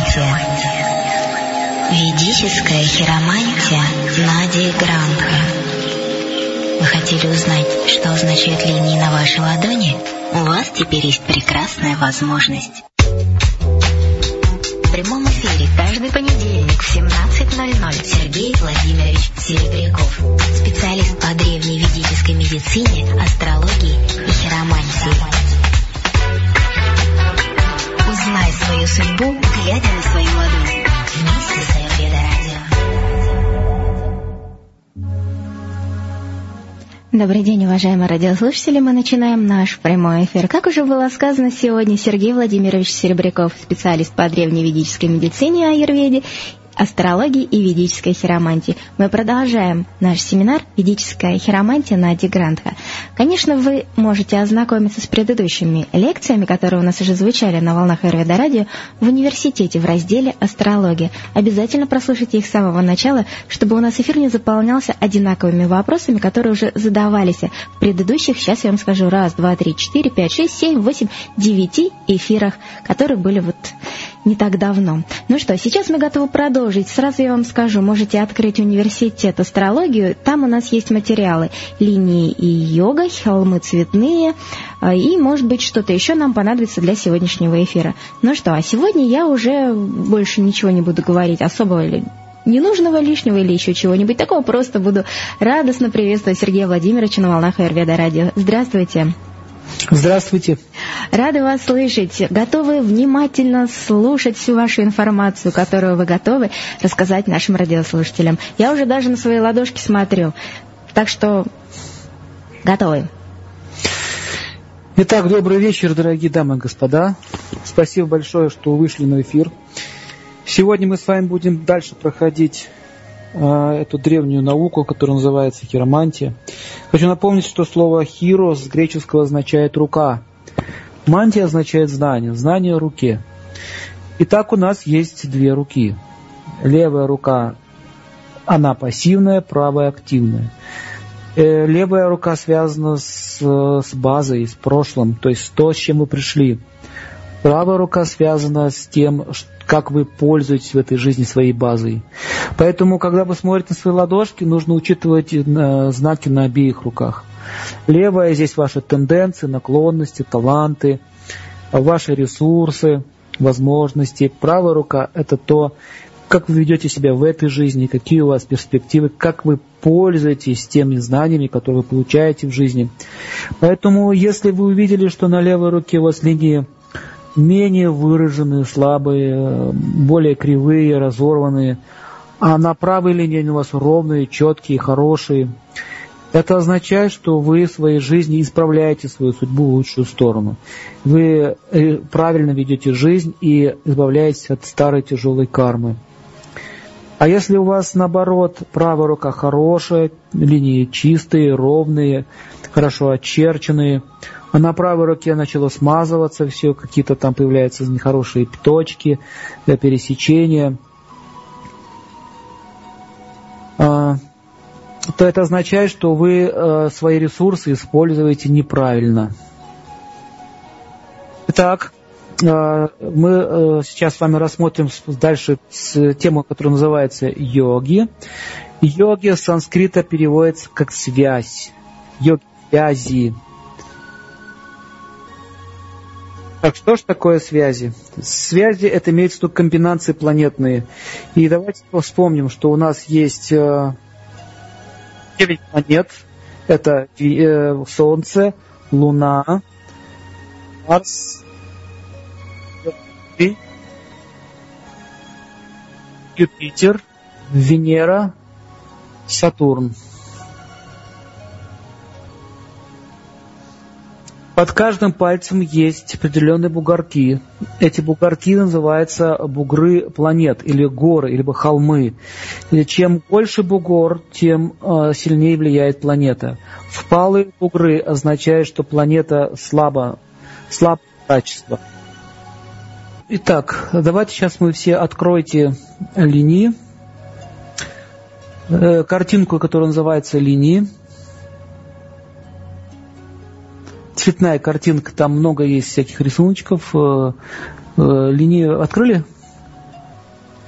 Ведическая хиромантия Нади Гранха. Вы хотели узнать, что означают линии на вашей ладони? У вас теперь есть прекрасная возможность. В прямом эфире каждый понедельник в 17:00 Сергей Владимирович Серебряков, специалист по древней ведической медицине, астрологии и хиромантии. Узнай свою судьбу, глядя на свою ладонь. Вместе с Аюрведа Радио. Добрый день, уважаемые радиослушатели. Мы начинаем наш прямой эфир. Как уже было сказано, сегодня Сергей Владимирович Серебряков, специалист по древней ведической медицине, аюрведе, астрологии и ведической хиромантии. Мы продолжаем наш семинар «Ведическая хиромантия Нади Гранха». Конечно, вы можете ознакомиться с предыдущими лекциями, которые у нас уже звучали на волнах Аюрведа Радио в университете в разделе «Астрология». Обязательно прослушайте их с самого начала, чтобы у нас эфир не заполнялся одинаковыми вопросами, которые уже задавались в предыдущих, сейчас я вам скажу, 1, 2, 3, 4, 5, 6, 7, 8, 9 эфирах, которые были не так давно. Ну что, сейчас мы готовы продолжить. Сразу я вам скажу, можете открыть университет астрологию. Там у нас есть материалы. Линии и йога, холмы цветные. И, может быть, что-то еще нам понадобится для сегодняшнего эфира. Ну что, а сегодня я уже больше ничего не буду говорить особого ненужного, лишнего или еще чего-нибудь такого. Просто буду радостно приветствовать Сергея Владимировича на волнах Аюрведа Радио. Здравствуйте. Здравствуйте. Рада вас слышать. Готовы внимательно слушать всю вашу информацию, которую вы готовы рассказать нашим радиослушателям. Я уже даже на свои ладошки смотрю. Так что готовы. Итак, добрый вечер, дорогие дамы и господа. Спасибо большое, что вышли на эфир. Сегодня мы с вами будем дальше проходить эту древнюю науку, которая называется хиромантия. Хочу напомнить, что слово «хиро» с греческого означает «рука». Мантия означает «знание», знание в руке. Итак, у нас есть две руки. Левая рука, она пассивная, правая активная. Левая рука связана с базой, с прошлым, то есть то, с чем мы пришли. Правая рука связана с тем, как вы пользуетесь в этой жизни своей базой. Поэтому, когда вы смотрите на свои ладошки, нужно учитывать знаки на обеих руках. Левая здесь ваши тенденции, наклонности, таланты, ваши ресурсы, возможности. Правая рука – это то, как вы ведете себя в этой жизни, какие у вас перспективы, как вы пользуетесь теми знаниями, которые вы получаете в жизни. Поэтому, если вы увидели, что на левой руке у вас линии менее выраженные, слабые, более кривые, разорванные, а на правой линии у вас ровные, четкие, хорошие, это означает, что вы в своей жизни исправляете свою судьбу в лучшую сторону. Вы правильно ведете жизнь и избавляетесь от старой тяжелой кармы. А если у вас, наоборот, правая рука хорошая, линии чистые, ровные, хорошо очерченные, а на правой руке начало смазываться все, какие-то там появляются нехорошие точки, пересечения, то это означает, что вы свои ресурсы используете неправильно. Итак, мы сейчас с вами рассмотрим дальше тему, которая называется йоги. Йоги с санскрита переводится как связь. Йоги связи. Так, что же такое связи? Связи — это имеется в виду комбинации планетные. И давайте вспомним, что у нас есть 9 планет. Это Солнце, Луна, Марс, Юпитер, Венера, Сатурн. Под каждым пальцем есть определенные бугорки. Эти бугорки называются бугры планет, или горы, либо холмы. И чем больше бугор, тем сильнее влияет планета. Впалые бугры означают, что планета слабого качества. Итак, давайте сейчас мы все откройте линии. Картинку, которая называется «Линии». Цветная картинка, там много есть всяких рисуночков. Линии открыли?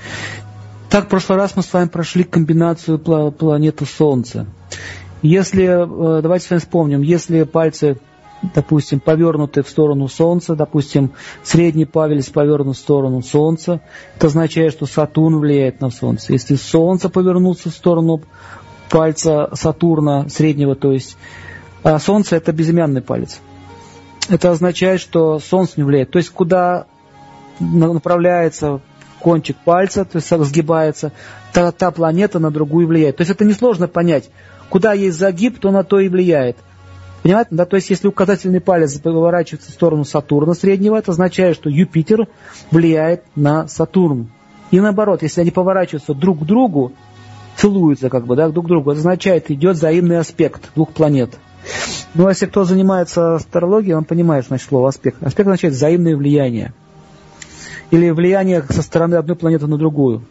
Так, в прошлый раз мы с вами прошли комбинацию планеты Солнца. Давайте с вами вспомним, если пальцы, допустим, повернуты в сторону Солнца, допустим, средний палец повернут в сторону Солнца, это означает, что Сатурн влияет на Солнце. Если Солнце повернулся в сторону пальца Сатурна, среднего, то есть, а Солнце это безымянный палец, это означает, что Солнце не влияет. То есть, куда направляется кончик пальца, то есть сгибается, та планета на другую влияет. То есть, это несложно понять. Куда есть загиб, то на то и влияет. Понимаете? Да? То есть, если указательный палец поворачивается в сторону Сатурна среднего, это означает, что Юпитер влияет на Сатурн. И наоборот, если они поворачиваются друг к другу, целуются друг к другу, это означает, идет взаимный аспект двух планет. Ну, если кто занимается астрологией, он понимает, что значит слово аспект. Аспект означает взаимное влияние. Или влияние со стороны одной планеты на другую.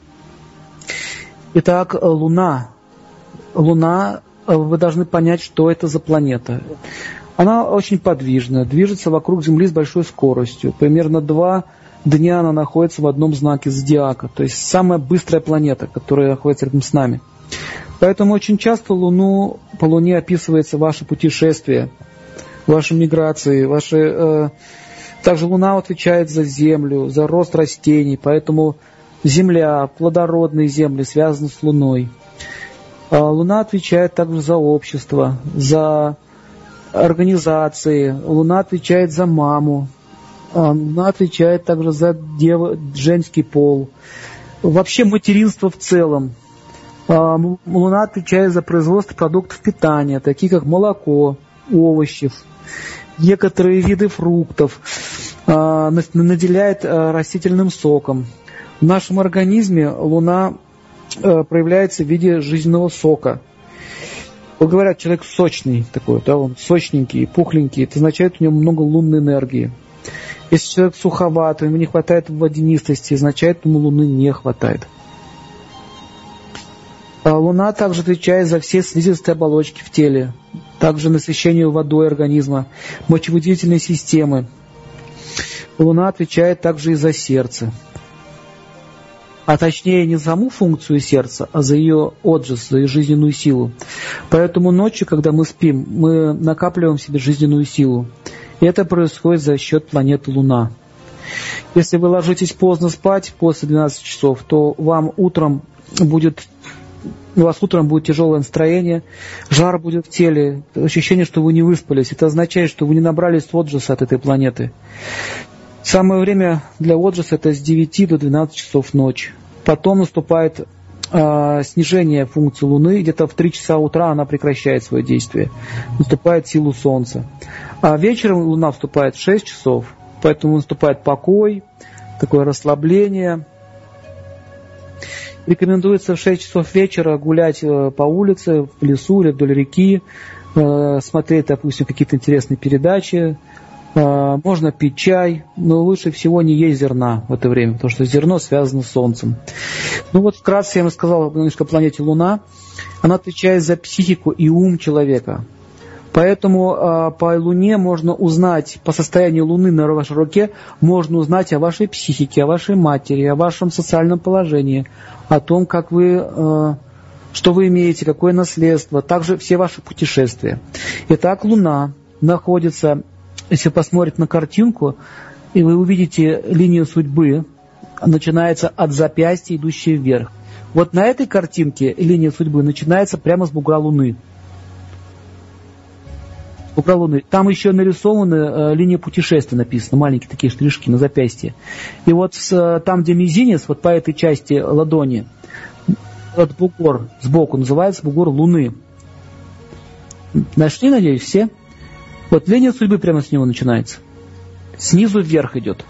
Итак, Луна. Луна, вы должны понять, что это за планета. Она очень подвижна, движется вокруг Земли с большой скоростью. Примерно 2 дня она находится в одном знаке зодиака. То есть самая быстрая планета, которая находится рядом с нами. Поэтому очень часто по Луне описывается ваше путешествие, ваши миграции, также Луна отвечает за Землю, за рост растений, поэтому Земля, плодородные земли связаны с Луной. Луна отвечает также за общество, за организации, Луна отвечает за маму, Луна отвечает также за женский пол, вообще материнство в целом. Луна отвечает за производство продуктов питания, такие как молоко, овощи, некоторые виды фруктов, наделяет растительным соком. В нашем организме Луна проявляется в виде жизненного сока. Вот говорят, человек сочный такой, да, он сочненький, пухленький, это означает, у него много лунной энергии. Если человек суховатый, ему не хватает водянистости, означает, ему Луны не хватает. Луна также отвечает за все слизистые оболочки в теле, также насыщению водой организма, мочевыделительной системы. Луна отвечает также и за сердце. А точнее не за саму функцию сердца, а за ее отжиз, за ее жизненную силу. Поэтому ночью, когда мы спим, мы накапливаем в себе жизненную силу. И это происходит за счет планеты Луна. Если вы ложитесь поздно спать, после 12 часов, то у вас утром будет тяжелое настроение, жар будет в теле, ощущение, что вы не выспались. Это означает, что вы не набрались отжиса от этой планеты. Самое время для отжиса это с 9 до 12 часов ночи. Потом наступает снижение функции Луны, где-то в 3 часа утра она прекращает свое действие. Наступает сила Солнца. А вечером Луна вступает в 6 часов, поэтому наступает покой, такое расслабление. Рекомендуется в 6 часов вечера гулять по улице, в лесу или вдоль реки, смотреть, допустим, какие-то интересные передачи. Можно пить чай, но лучше всего не есть зерна в это время, потому что зерно связано с Солнцем. Ну вот вкратце я вам сказал немножко о планете Луна. Она отвечает за психику и ум человека. Поэтому по Луне можно узнать, по состоянию Луны на вашей руке, можно узнать о вашей психике, о вашей матери, о вашем социальном положении, о том, как вы, что вы имеете, какое наследство, также все ваши путешествия. Итак, Луна находится, если посмотреть на картинку, и вы увидите линию судьбы, начинается от запястья, идущая вверх. Вот на этой картинке линия судьбы начинается прямо с бугра Луны. Бугра Луны. Там еще нарисована линия путешествия написано, маленькие такие штришки на запястье. И вот там, где мизинец, вот по этой части ладони, этот бугор сбоку называется бугор Луны. Нашли, надеюсь, все? Вот линия судьбы прямо с него начинается. Снизу вверх идет.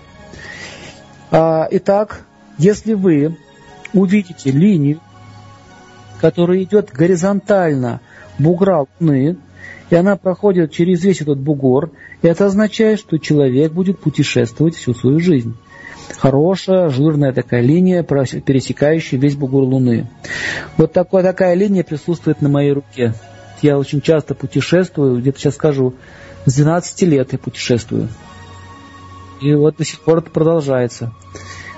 Итак, если вы увидите линию, которая идет горизонтально бугра Луны, и она проходит через весь этот бугор, это означает, что человек будет путешествовать всю свою жизнь. Хорошая, жирная такая линия, пересекающая весь бугор Луны. Вот такая линия присутствует на моей руке. Я очень часто путешествую, где-то сейчас скажу, с 12 лет я путешествую. И вот до сих пор это продолжается.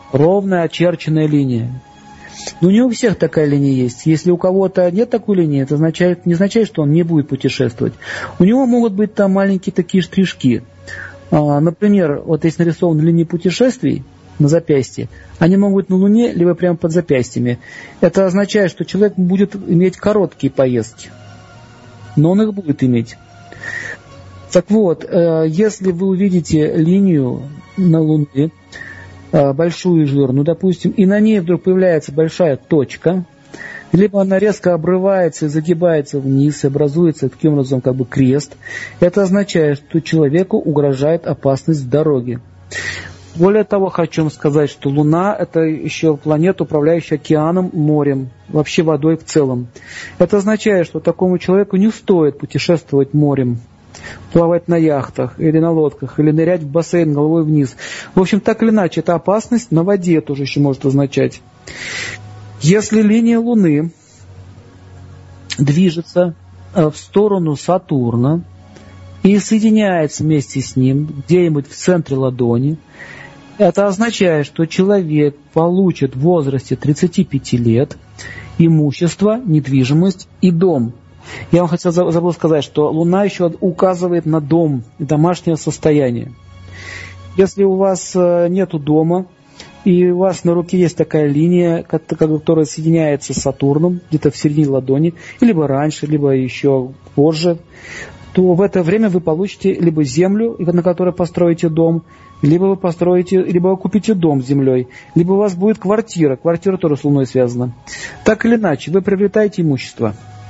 ровная очерченная линия. Но не у всех такая линия есть. Если у кого-то нет такой линии, это не означает, что он не будет путешествовать. У него могут быть там маленькие такие штришки. Например, вот есть нарисованы линии путешествий на запястье, они могут быть на Луне, либо прямо под запястьями. Это означает, что человек будет иметь короткие поездки, но он их будет иметь. Так вот, если вы увидите линию на Луне, большую и жирную, допустим, и на ней вдруг появляется большая точка, либо она резко обрывается и загибается вниз, и образуется таким образом как бы крест, это означает, что человеку угрожает опасность в дороге. Более того, хочу вам сказать, что Луна – это еще планета, управляющая океаном, морем, вообще водой в целом. Это означает, что такому человеку не стоит путешествовать морем, плавать на яхтах или на лодках, или нырять в бассейн головой вниз. В общем, так или иначе, это опасность на воде тоже еще может означать. Если линия Луны движется в сторону Сатурна и соединяется вместе с ним где-нибудь в центре ладони, это означает, что человек получит в возрасте 35 лет имущество, недвижимость и дом. Я вам забыл сказать, что Луна еще указывает на дом и домашнее состояние. Если у вас нету дома, и у вас на руке есть такая линия, которая соединяется с Сатурном, где-то в середине ладони, либо раньше, либо еще позже, то в это время вы получите либо землю, на которой построите дом, либо вы купите дом с землей, либо у вас будет квартира тоже с Луной связана. Так или иначе, вы приобретаете имущество.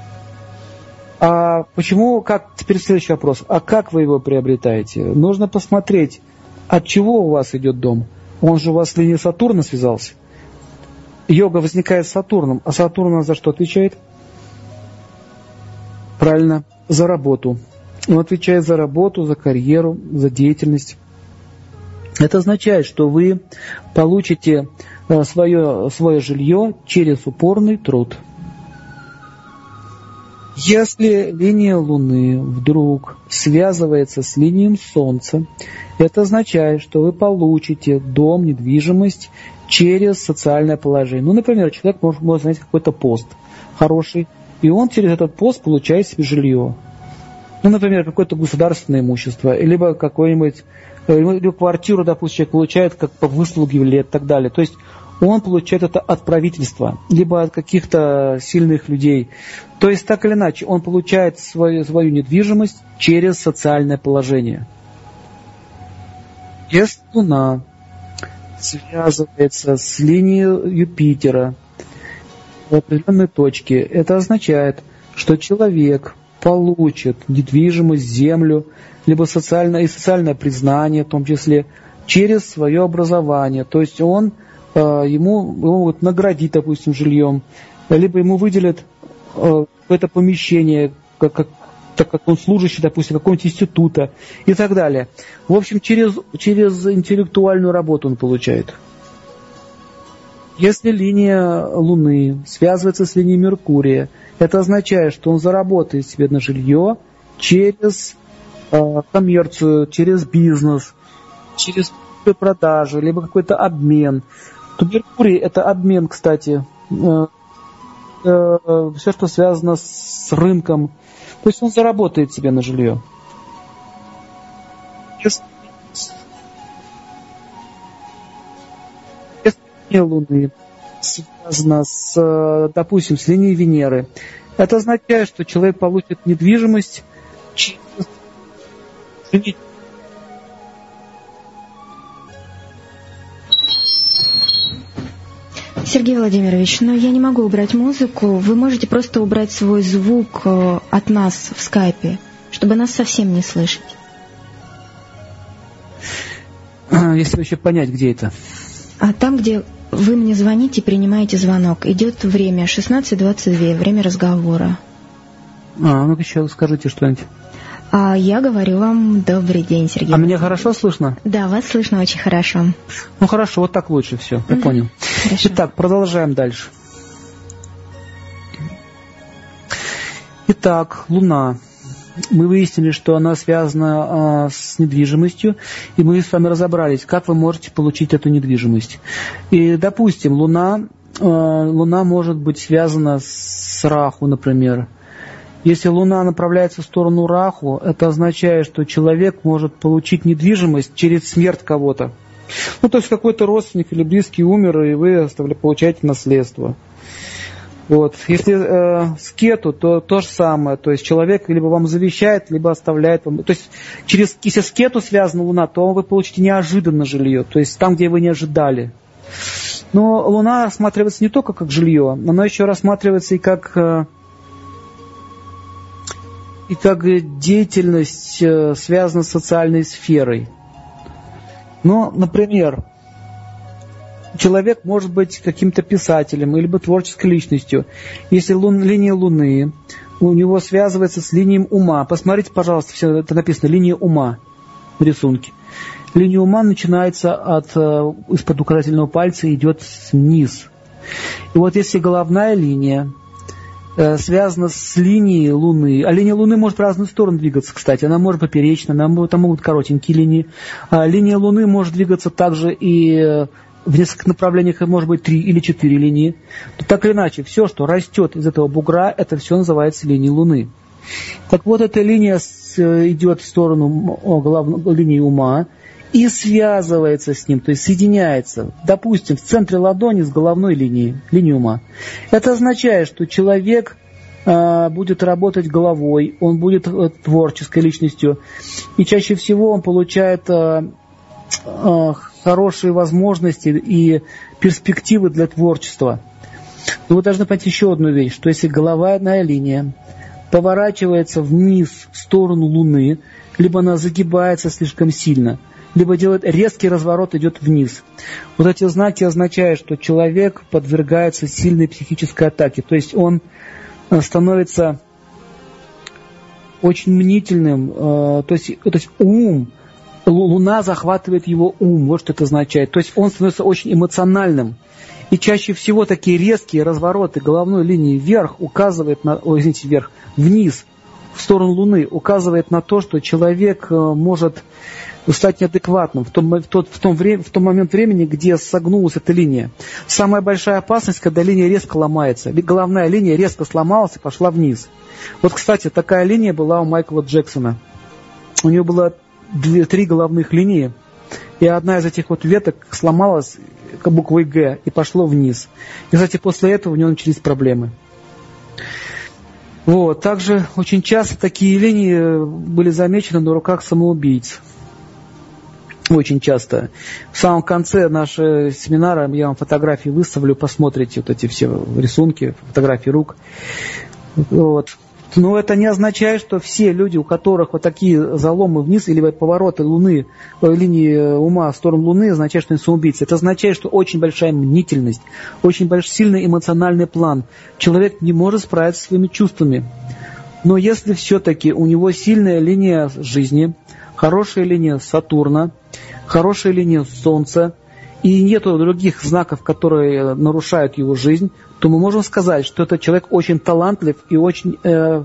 Теперь следующий вопрос. А как вы его приобретаете? Нужно посмотреть, от чего у вас идет дом. Он же у вас с линией Сатурна связался. Йога возникает с Сатурном, а Сатурн у нас за что отвечает? Правильно, за работу. Он отвечает за работу, за карьеру, за деятельность. Это означает, что вы получите свое жилье через упорный труд. Если линия Луны вдруг связывается с линией Солнца, это означает, что вы получите дом, недвижимость через социальное положение. Например, человек может занять какой-то пост хороший, и он через этот пост получает себе жилье. Например, какое-то государственное имущество, либо какую-нибудь квартиру, допустим, человек получает как по выслуге лет и так далее. То есть он получает это от правительства, либо от каких-то сильных людей. То есть, так или иначе, он получает свою недвижимость через социальное положение. Если Луна связывается с линией Юпитера в определенной точке, это означает, что человек получит недвижимость, землю, либо социальное признание, в том числе, через свое образование. То есть ему могут наградить, допустим, жильем, либо ему выделят какое-то помещение, так как он служащий, допустим, какого-нибудь института и так далее. В общем, через интеллектуальную работу он получает. Если линия Луны связывается с линией Меркурия, это означает, что он заработает себе на жилье через коммерцию, через бизнес, через продажу, либо какой-то обмен. То Меркурий – это обмен, кстати, все, что связано с рынком. То есть он заработает себе на жилье. Если линия Луны связана допустим, с линией Венеры, это означает, что человек получит недвижимость через женитьбу. Сергей Владимирович, но я не могу убрать музыку. Вы можете просто убрать свой звук от нас в скайпе, чтобы нас совсем не слышать. Если вообще понять, где это. А там, где вы мне звоните, принимаете звонок, идет время 16:22, время разговора. Ну-ка еще скажите что-нибудь. А я говорю вам добрый день, Сергей. А меня хорошо слышно? Да, вас слышно очень хорошо. Ну хорошо, вот так лучше все, я понял. Хорошо. Итак, продолжаем дальше. Итак, Луна мы выяснили, что она связана с недвижимостью, и мы с вами разобрались, как вы можете получить эту недвижимость. И, допустим, Луна может быть связана с Раху, например. Если Луна направляется в сторону Раху, это означает, что человек может получить недвижимость через смерть кого-то. Ну, то есть какой-то родственник или близкий умер, и вы получаете наследство. Вот. Если с Кету, то то же самое. То есть человек либо вам завещает, либо оставляет вам. То есть если с Кету связана Луна, то вы получите неожиданно жилье. То есть там, где вы не ожидали. Но Луна рассматривается не только как жилье, она еще рассматривается и как деятельность, связанная с социальной сферой. Ну, например, человек может быть каким-то писателем, либо творческой личностью. Если линия Луны у него связывается с линией ума. Посмотрите, пожалуйста, все это написано, линия ума в рисунке. Линия ума начинается из-под указательного пальца и идет вниз. И вот если головная линия связана с линией Луны, а линия Луны может в разные стороны двигаться, кстати, она может поперечно, там могут коротенькие линии. А линия Луны может двигаться также и в нескольких направлениях, может быть 3 или 4 линии. То так или иначе, все, что растет из этого бугра, это все называется линией Луны. Так вот, эта линия идет в сторону линии ума и связывается с ним, то есть соединяется, допустим, в центре ладони с головной линией ума. Это означает, что человек будет работать головой, он будет творческой личностью, и чаще всего он получает хорошие возможности и перспективы для творчества. Но вы должны понять еще одну вещь, что если головная линия поворачивается вниз в сторону Луны, либо она загибается слишком сильно, либо делает резкий разворот, идет вниз. Вот эти знаки означают, что человек подвергается сильной психической атаке. То есть он становится очень мнительным. То есть ум, Луна захватывает его ум. Вот что это означает. То есть он становится очень эмоциональным. И чаще всего такие резкие развороты головной линии вверх указывают вниз, в сторону Луны, указывает на то, что человек может стать неадекватным в том момент времени, где согнулась эта линия. Самая большая опасность, когда линия резко ломается. Головная линия резко сломалась и пошла вниз. Вот, кстати, такая линия была у Майкла Джексона. У него было 3 головных линии, и одна из этих вот веток сломалась буквой «Г» и пошло вниз. И, кстати, после этого у него начались проблемы. Вот. Также очень часто такие линии были замечены на руках самоубийц. Очень часто. В самом конце нашего семинара я вам фотографии выставлю, посмотрите вот эти все рисунки, фотографии рук. Вот. Но это не означает, что все люди, у которых вот такие заломы вниз или повороты Луны, линии ума в сторону Луны, означает, что они самоубийцы. Это означает, что очень большая мнительность, очень сильный эмоциональный план. Человек не может справиться со своими чувствами. Но если все-таки у него сильная линия жизни, хорошая линия Сатурна, хорошая линия Солнца, и нет других знаков, которые нарушают его жизнь, то мы можем сказать, что этот человек очень талантлив и очень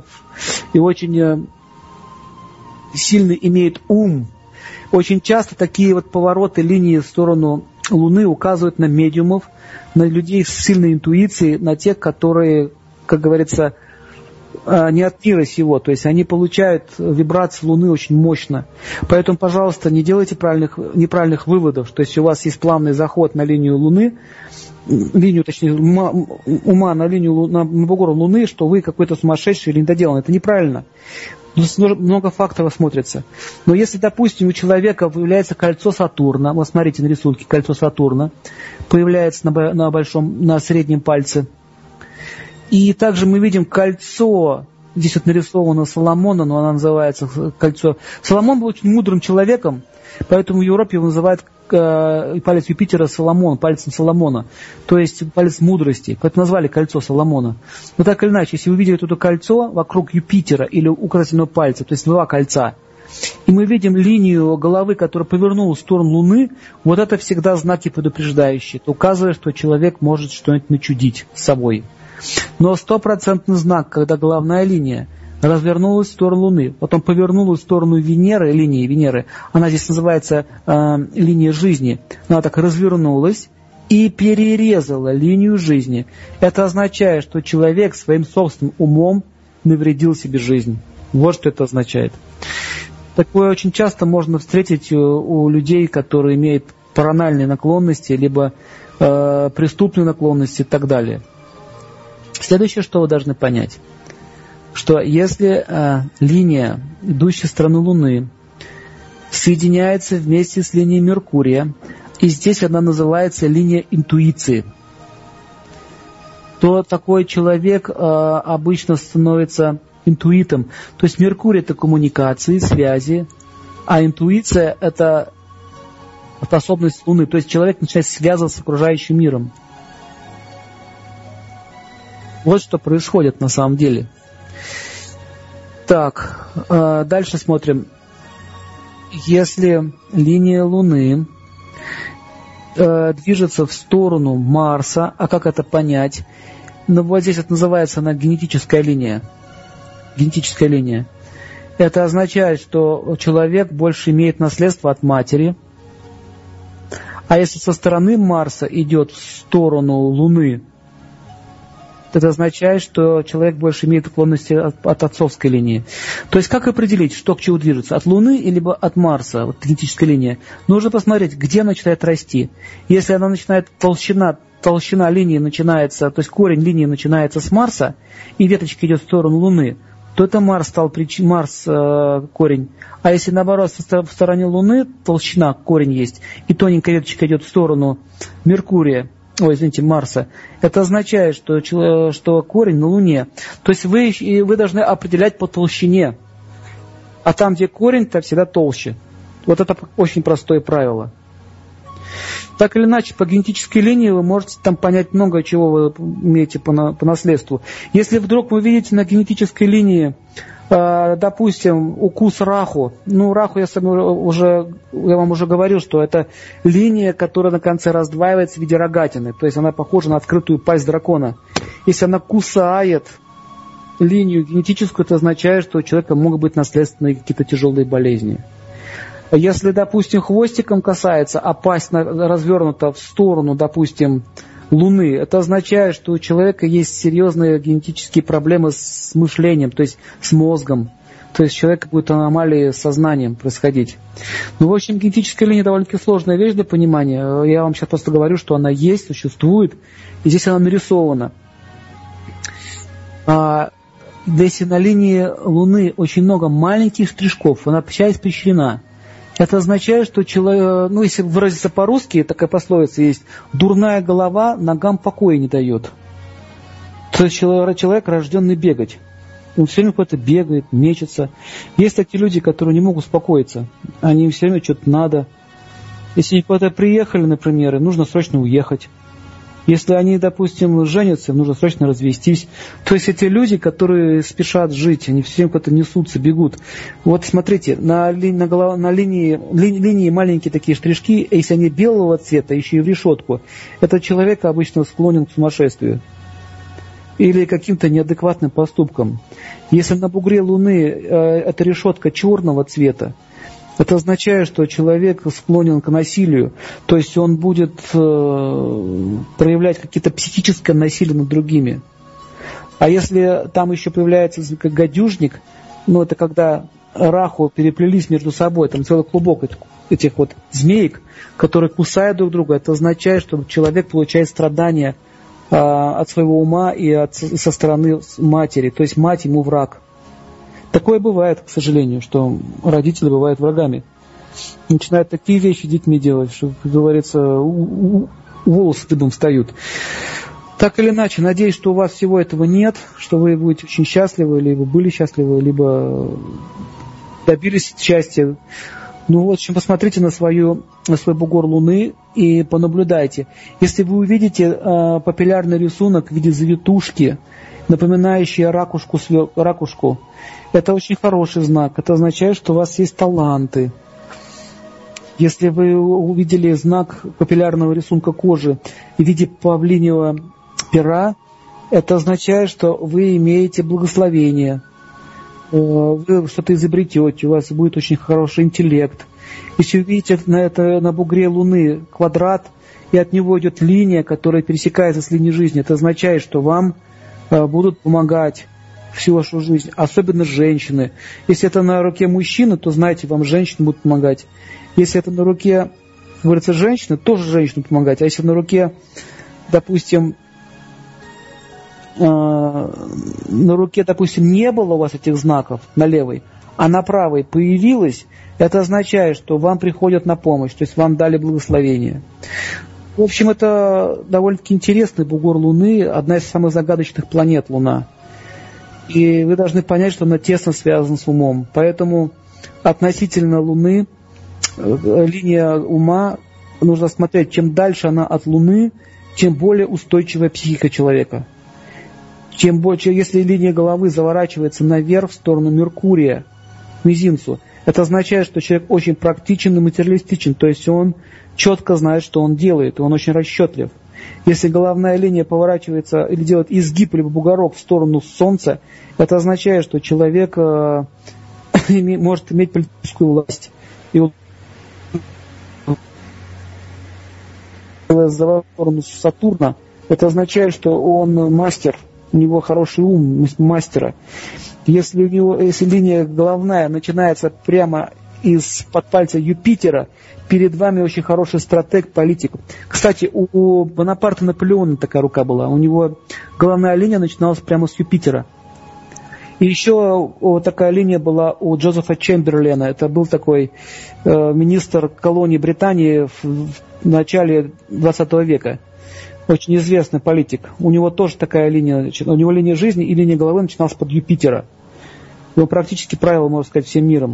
сильно имеет ум. Очень часто такие вот повороты линии в сторону Луны указывают на медиумов, на людей с сильной интуицией, на тех, которые, как говорится, не от мира сего, то есть они получают вибрации Луны очень мощно. Поэтому, пожалуйста, не делайте неправильных выводов, что если у вас есть плавный заход на линию Луны, ума на линию на бугор Луны, что вы какой-то сумасшедший или недоделанный. Это неправильно. Много факторов смотрится. Но если, допустим, у человека появляется кольцо Сатурна, вот смотрите на рисунке, кольцо Сатурна появляется на среднем пальце. И также мы видим кольцо, здесь вот нарисовано Соломона, но она называется кольцо. Соломон был очень мудрым человеком, поэтому в Европе его называют палец Юпитера Соломон, пальцем Соломона, то есть палец мудрости. Поэтому назвали кольцо Соломона. Но так или иначе, если вы видели это кольцо вокруг Юпитера или указательного пальца, то есть 2 кольца, и мы видим линию головы, которая повернулась в сторону Луны, вот это всегда знаки предупреждающие. Это указывает, что человек может что-нибудь начудить с собой. Но 100% знак, когда головная линия развернулась в сторону Луны, потом повернулась в сторону Венеры, линии Венеры. Она здесь называется линия жизни. Она так развернулась и перерезала линию жизни. Это означает, что человек своим собственным умом навредил себе жизнь. Вот что это означает. Такое очень часто можно встретить у людей, которые имеют паранойяльные наклонности, либо преступные наклонности и так далее. Следующее, что вы должны понять, что если линия, идущая с стороны Луны, соединяется вместе с линией Меркурия, и здесь она называется линия интуиции, то такой человек обычно становится интуитом. То есть Меркурий — это коммуникации, связи, а интуиция — это способность Луны. То есть человек начинает связываться с окружающим миром. Вот что происходит на самом деле. Так, дальше смотрим. Если линия Луны движется в сторону Марса, а как это понять? Ну, вот здесь это называется она генетическая линия. Генетическая линия. Это означает, что человек больше имеет наследство от матери. А если со стороны Марса идет в сторону Луны, это означает, что человек больше имеет наклонности от отцовской линии. То есть как определить, что к чему движется? От Луны или от Марса, вот генетическая линия? Нужно посмотреть, где она начинает расти. Если она начинает, толщина линии начинается, то есть корень линии начинается с Марса, и веточка идет в сторону Луны, то это Марс корень. А если наоборот, в стороне Луны толщина, корень есть, и тоненькая веточка идет в сторону Марса, это означает, что корень на Луне. То есть вы должны определять по толщине. А там, где корень, там всегда толще. Вот это очень простое правило. Так или иначе, по генетической линии вы можете там понять много чего вы имеете по наследству. Если вдруг вы видите на генетической линии, допустим, укус раху. Раху я вам уже говорил, что это линия, которая на конце раздваивается в виде рогатины. То есть она похожа на открытую пасть дракона. Если она кусает линию генетическую, это означает, что у человека могут быть наследственные какие-то тяжелые болезни. Если, допустим, хвостиком касается, а пасть развернута в сторону, допустим, Луны, это означает, что у человека есть серьезные генетические проблемы с мышлением, то есть с мозгом. То есть у человека будут аномалии с сознанием происходить. В общем, генетическая линия довольно-таки сложная вещь для понимания. Я вам сейчас просто говорю, что она есть, существует, и здесь она нарисована. Если на линии Луны очень много маленьких штришков, она часть испещрена. Это означает, что человек, если выразиться по-русски, такая пословица есть: дурная голова ногам покоя не дает. То есть человек рожденный бегать. Он все время куда-то бегает, мечется. Есть такие люди, которые не могут успокоиться. Они все время что-то надо. Если они куда-то приехали, например, им нужно срочно уехать. Если они, допустим, женятся, им нужно срочно развестись. То есть эти люди, которые спешат жить, они все время куда-то несутся, бегут. Вот смотрите, на линии маленькие такие штришки, если они белого цвета, еще и в решетку, этот человек обычно склонен к сумасшествию или каким-то неадекватным поступкам. Если на бугре Луны эта решетка черного цвета, это означает, что человек склонен к насилию, то есть он будет проявлять какие-то психическое насилие над другими. А если там еще появляется как гадюшник, это когда раху переплелись между собой, там целый клубок этих вот змеек, которые кусают друг друга, это означает, что человек получает страдания от своего ума и со стороны матери, то есть мать ему враг. Такое бывает, к сожалению, что родители бывают врагами. Начинают такие вещи детьми делать, что, как говорится, волосы дыбом встают. Так или иначе, надеюсь, что у вас всего этого нет, что вы будете очень счастливы, либо были счастливы, либо добились счастья. В общем, посмотрите на свой бугор Луны и понаблюдайте. Если вы увидите папиллярный рисунок в виде завитушки, напоминающий ракушку, это очень хороший знак. Это означает, что у вас есть таланты. Если вы увидели знак папиллярного рисунка кожи в виде павлиньего пера, это означает, что вы имеете благословение. вы что-то изобретете, у вас будет очень хороший интеллект. Если увидите на бугре Луны квадрат, и от него идет линия, которая пересекается с линией жизни, это означает, что вам будут помогать всю вашу жизнь, особенно женщины. Если это на руке мужчины, то знаете, вам женщины будут помогать. Если это на руке, говорится, женщины, тоже женщины помогать. А если на руке, допустим, не было у вас этих знаков на левой, а на правой появилось, это означает, что вам приходят на помощь, то есть вам дали благословение. В общем, это довольно-таки интересный бугор Луны, одна из самых загадочных планет Луна. И вы должны понять, что она тесно связана с умом. Поэтому относительно Луны, линия ума, нужно смотреть, чем дальше она от Луны, тем более устойчивая психика человека. Чем больше, если линия головы заворачивается наверх в сторону Меркурия, к мизинцу, это означает, что человек очень практичен и материалистичен, то есть он четко знает, что он делает, и он очень расчетлив. Если головная линия поворачивается или делает изгиб, либо бугорок в сторону Солнца, это означает, что человек может иметь политическую власть. И вот в сторону Сатурна, это означает, что он мастер, у него хороший ум мастера. Если линия головная начинается прямо из-под пальца Юпитера, перед вами очень хороший стратег, политик. Кстати, у Бонапарта Наполеона такая рука была. У него головная линия начиналась прямо с Юпитера. И еще такая линия была у Джозефа Чемберлена. Это был такой министр колонии Британии в начале 20 века. Очень известный политик. У него тоже такая линия. У него линия жизни и линия головы начиналась под Юпитера. Он практически правил, можно сказать, всем миром.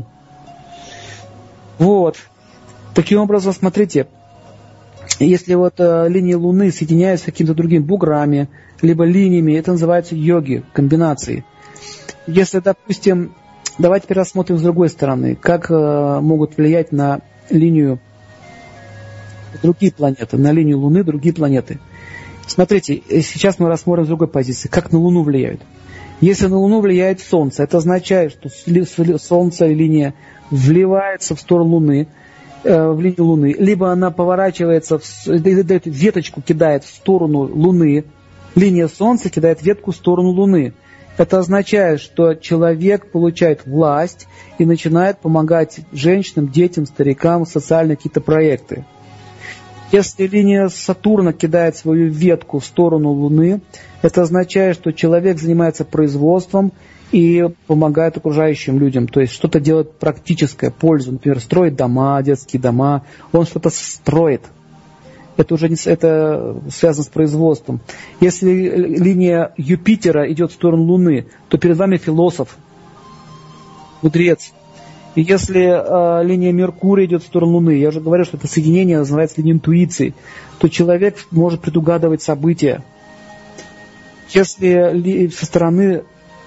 Вот. Таким образом, смотрите, если линии Луны соединяются с какими-то другими буграми, либо линиями, это называется йоги, комбинации. Если, допустим, давайте теперь рассмотрим с другой стороны, как могут влиять на линию другие планеты, на линию Луны другие планеты. Смотрите, сейчас мы рассмотрим с другой позиции, как на Луну влияют. Если на Луну влияет Солнце, это означает, что Солнце, линия вливается в сторону Луны, в линию Луны, либо она поворачивается, веточку кидает в сторону Луны, линия Солнца кидает ветку в сторону Луны. Это означает, что человек получает власть и начинает помогать женщинам, детям, старикам, социальные какие-то проекты. Если линия Сатурна кидает свою ветку в сторону Луны, это означает, что человек занимается производством и помогает окружающим людям, то есть что-то делает практическое, пользу, например, строит дома, детские дома, он что-то строит. Это уже это связано с производством. Если линия Юпитера идет в сторону Луны, то перед вами философ, мудрец. И если линия Меркурия идет в сторону Луны, я уже говорил, что это соединение называется линией интуиции, то человек может предугадывать события. Если со стороны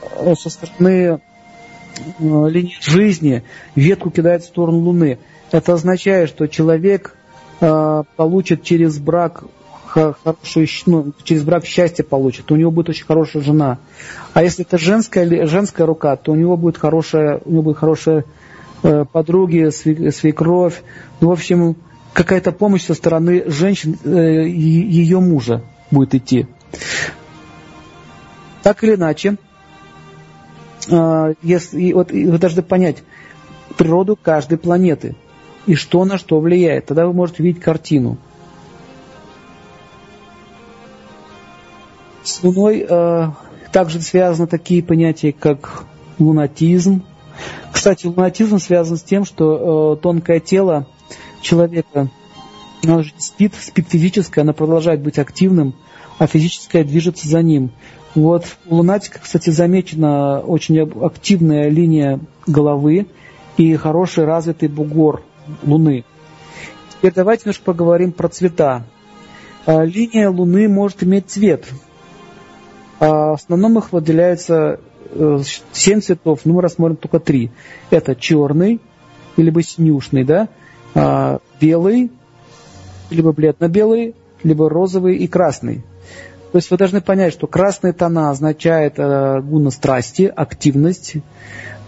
линии жизни ветку кидает в сторону Луны, это означает, что человек получит через брак через брак счастье получит, у него будет очень хорошая жена. А если это женская рука, то у него будет хорошая подруги, свекровь, в общем, какая-то помощь со стороны женщин, ее мужа будет идти. Так или иначе, вы должны понять природу каждой планеты и что на что влияет. Тогда вы можете видеть картину. С Луной также связаны такие понятия, как лунатизм. Кстати, лунатизм связан с тем, что тонкое тело человека, оно же спит физическое, оно продолжает быть активным, а физическое движется за ним. Вот у лунатика, кстати, замечена очень активная линия головы и хороший развитый бугор Луны. Теперь давайте немножко поговорим про цвета. Линия Луны может иметь цвет. В основном их выделяется 7 цветов, но мы рассмотрим только 3. Это черный, либо синюшный, да? Белый, либо бледно-белый, либо розовый и красный. То есть вы должны понять, что красные тона означает гуна страсти, активность.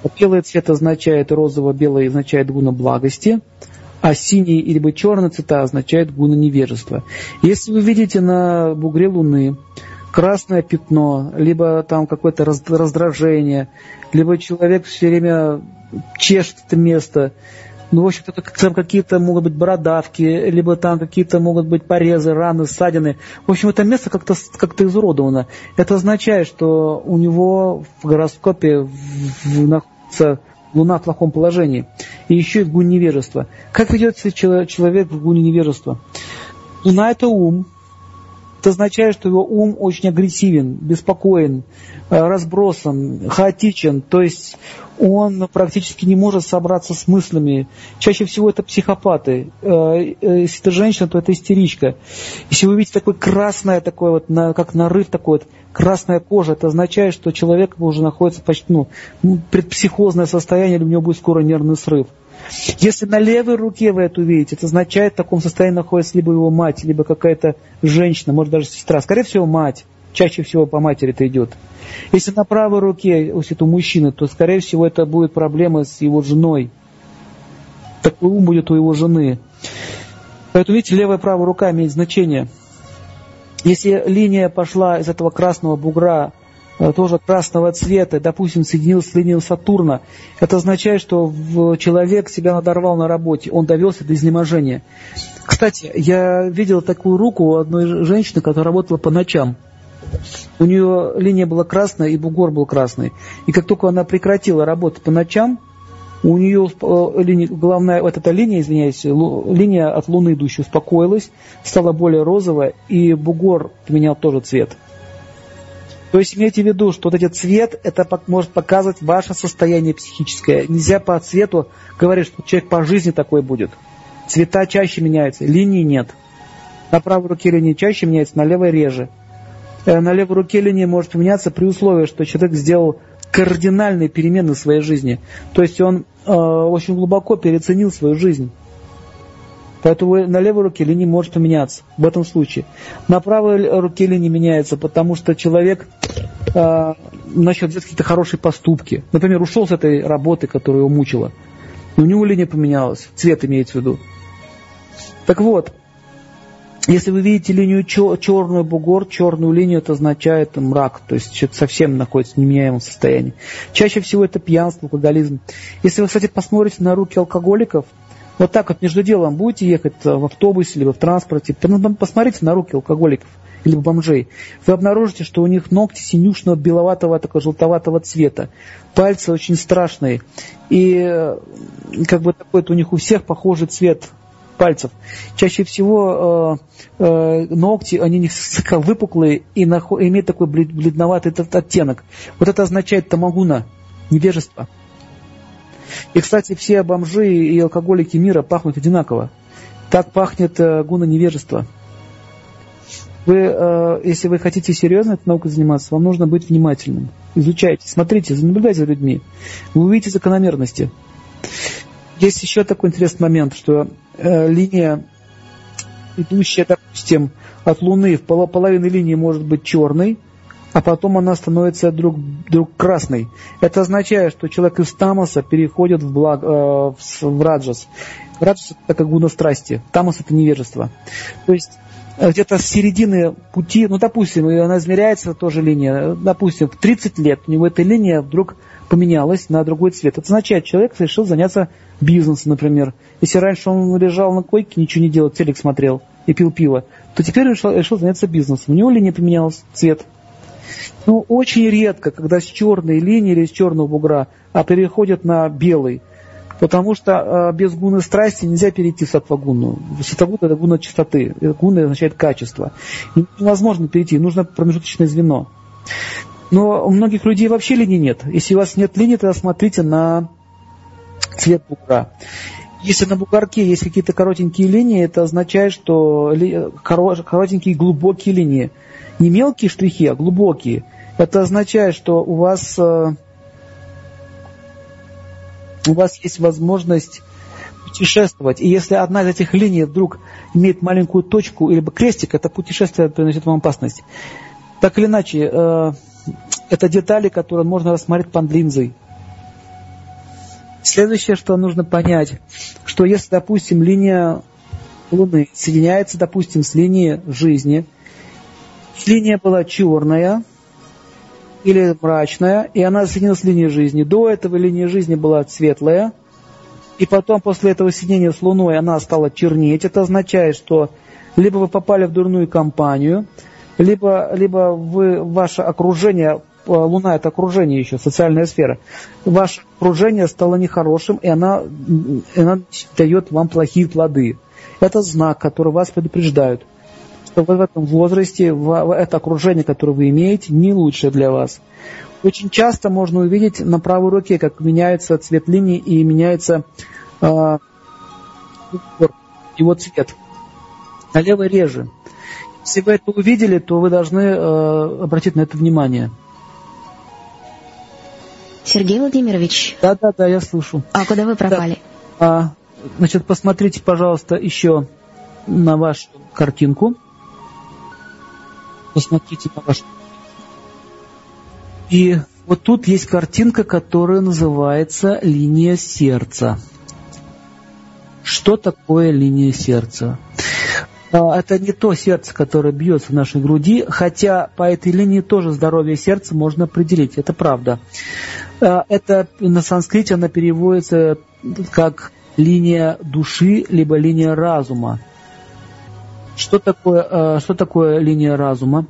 Белый цвет означает, розово-белый означает гуна благости, а синий или черный цвета означает гуна невежества. Если вы видите на бугре Луны красное пятно, либо там какое-то раздражение, либо человек все время чешет это место, в общем-то, там какие-то могут быть бородавки, либо там какие-то могут быть порезы, раны, ссадины. В общем, это место как-то изуродовано. Это означает, что у него в гороскопе находится Луна в плохом положении. И еще и в гуне невежества. Как ведет себя человек в гуне невежества? Луна – это ум. Это означает, что его ум очень агрессивен, беспокоен, разбросан, хаотичен. То есть он практически не может собраться с мыслями. Чаще всего это психопаты. Если это женщина, то это истеричка. Если вы видите такое красное, такое вот, как нарыв такой вот, красная кожа, это означает, что человек уже находится почти предпсихозное состояние, или у него будет скоро нервный срыв. Если на левой руке вы это увидите, это означает, в таком состоянии находится либо его мать, либо какая-то женщина, может даже сестра. Скорее всего, мать. Чаще всего по матери это идет. Если на правой руке, если это у мужчины, то, скорее всего, это будет проблема с его женой. Такой ум будет у его жены. Поэтому, видите, левая и правая рука имеет значение. Если линия пошла из этого красного бугра, тоже красного цвета, допустим, соединилась с линией Сатурна, это означает, что человек себя надорвал на работе, он довелся до изнеможения. Кстати, я видел такую руку у одной женщины, которая работала по ночам. У нее линия была красная и бугор был красный. И как только она прекратила работать по ночам, у нее главная, вот эта линия, извиняюсь, линия от Луны идущая успокоилась, стала более розовая, и бугор поменял тоже цвет. То есть имейте в виду, что вот этот цвет, это может показывать ваше состояние психическое. Нельзя по цвету говорить, что человек по жизни такой будет. Цвета чаще меняются, линии нет. На правой руке линии чаще меняются, на левой реже. На левой руке линия может поменяться при условии, что человек сделал кардинальные перемены в своей жизни. То есть он очень глубоко переоценил свою жизнь. Поэтому на левой руке линия может поменяться в этом случае. На правой руке линия меняется, потому что человек начал делать какие-то хорошие поступки. Например, ушел с этой работы, которая его мучила. И у него линия поменялась. Цвет имеется в виду. Так вот, если вы видите линию черную бугор, черную линию, это означает мрак, то есть человек совсем находится в неменяемом состоянии. Чаще всего это пьянство, алкоголизм. Если вы, кстати, посмотрите на руки алкоголиков, вот так вот между делом будете ехать в автобусе, либо в транспорте, посмотрите на руки алкоголиков или бомжей, вы обнаружите, что у них ногти синюшного, беловатого, такого желтоватого цвета. Пальцы очень страшные. И как бы такой у них у всех похожий цвет пальцев. Чаще всего ногти, они не выпуклые и имеют такой бледноватый оттенок. Вот это означает тамагуна, невежество. И, кстати, все бомжи и алкоголики мира пахнут одинаково. Так пахнет гуна невежества. Если вы хотите серьезно этой наукой заниматься, вам нужно быть внимательным. Изучайте, смотрите, наблюдайте за людьми. Вы увидите закономерности. Есть еще такой интересный момент, что линия, идущая, допустим, от Луны, в половине линии может быть черной, а потом она становится вдруг красной. Это означает, что человек из тамаса переходит в раджас. Раджас – это как гуна страсти, тамас – это невежество. То есть где-то с середины пути, допустим, она измеряется тоже линия, допустим, в 30 лет у него эта линия вдруг поменялась на другой цвет. Это означает, человек решил заняться бизнесом, например. Если раньше он лежал на койке, ничего не делал, телек смотрел и пил пиво, то теперь решил заняться бизнесом. У него линия поменялась, цвет. Очень редко, когда с черной линии или с черного бугра, переходят на белый. Потому что без гуны страсти нельзя перейти в саттва-гуну. Саттва-гуна – это гуна чистоты. Гуна означает качество. И невозможно перейти, нужно промежуточное звено. Но у многих людей вообще линии нет. Если у вас нет линии, тогда смотрите на цвет бугра. Если на бугорке есть какие-то коротенькие линии, это означает, что коротенькие глубокие линии. Не мелкие штрихи, а глубокие. Это означает, что у вас есть возможность путешествовать. И если одна из этих линий вдруг имеет маленькую точку или крестик, это путешествие приносит вам опасность. Так или иначе, это детали, которые можно рассмотреть под линзой. Следующее, что нужно понять, что если, допустим, линия Луны соединяется, допустим, с линией жизни, линия была черная или мрачная, и она соединилась с линией жизни. До этого линия жизни была светлая, и потом после этого соединения с Луной она стала чернеть. Это означает, что либо вы попали в дурную компанию, либо ваше окружение, Луна — это окружение еще, социальная сфера, ваше окружение стало нехорошим, и она дает вам плохие плоды. Это знак, который вас предупреждает, что вы в этом возрасте, это окружение, которое вы имеете, не лучшее для вас. Очень часто можно увидеть на правой руке, как меняется цвет линии и меняется его цвет. На левой реже. Если вы это увидели, то вы должны обратить на это внимание. Сергей Владимирович. Да, я слышу. А куда вы пропали? Да. Значит, посмотрите, пожалуйста, еще на вашу картинку. Посмотрите на вашу. И вот тут есть картинка, которая называется линия сердца. Что такое линия сердца? Это не то сердце, которое бьется в нашей груди, хотя по этой линии тоже здоровье сердца можно определить, это правда. Это на санскрите она переводится как линия души, либо линия разума. Что такое линия разума?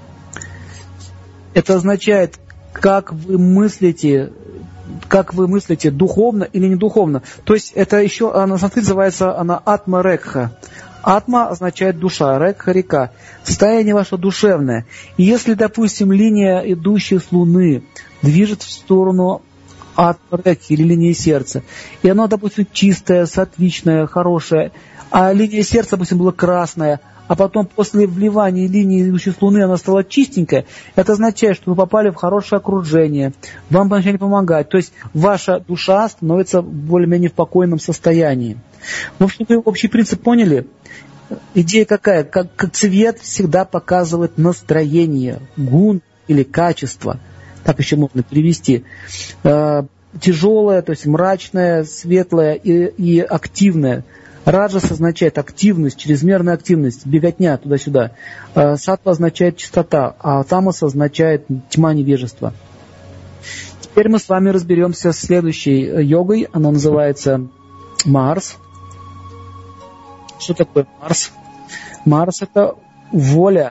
Это означает, как вы мыслите духовно или не духовно. То есть это еще, на санскрите называется она атма-рекха. Атма означает душа, рекха — река. Состояние ваше душевное. И если, допустим, линия, идущая с Луны, движется в сторону атма-рекхи или линии сердца, и она, допустим, чистая, сатвичная, хорошая, а линия сердца, допустим, была красная, а потом после вливания линии, идущей с Луны, она стала чистенькая, это означает, что вы попали в хорошее окружение, вам начали помогать. То есть ваша душа становится более-менее в покойном состоянии. В общем, вы общий принцип поняли? Идея какая? Как цвет всегда показывает настроение, гун или качество. Так еще можно перевести. Тяжелое, то есть мрачное, светлое и активное. Раджас означает активность, чрезмерная активность, беготня туда-сюда. Саттва означает чистота, а тамас означает тьма, невежества. Теперь мы с вами разберемся с следующей йогой. Она называется Марс. Что такое Марс? Марс — это воля.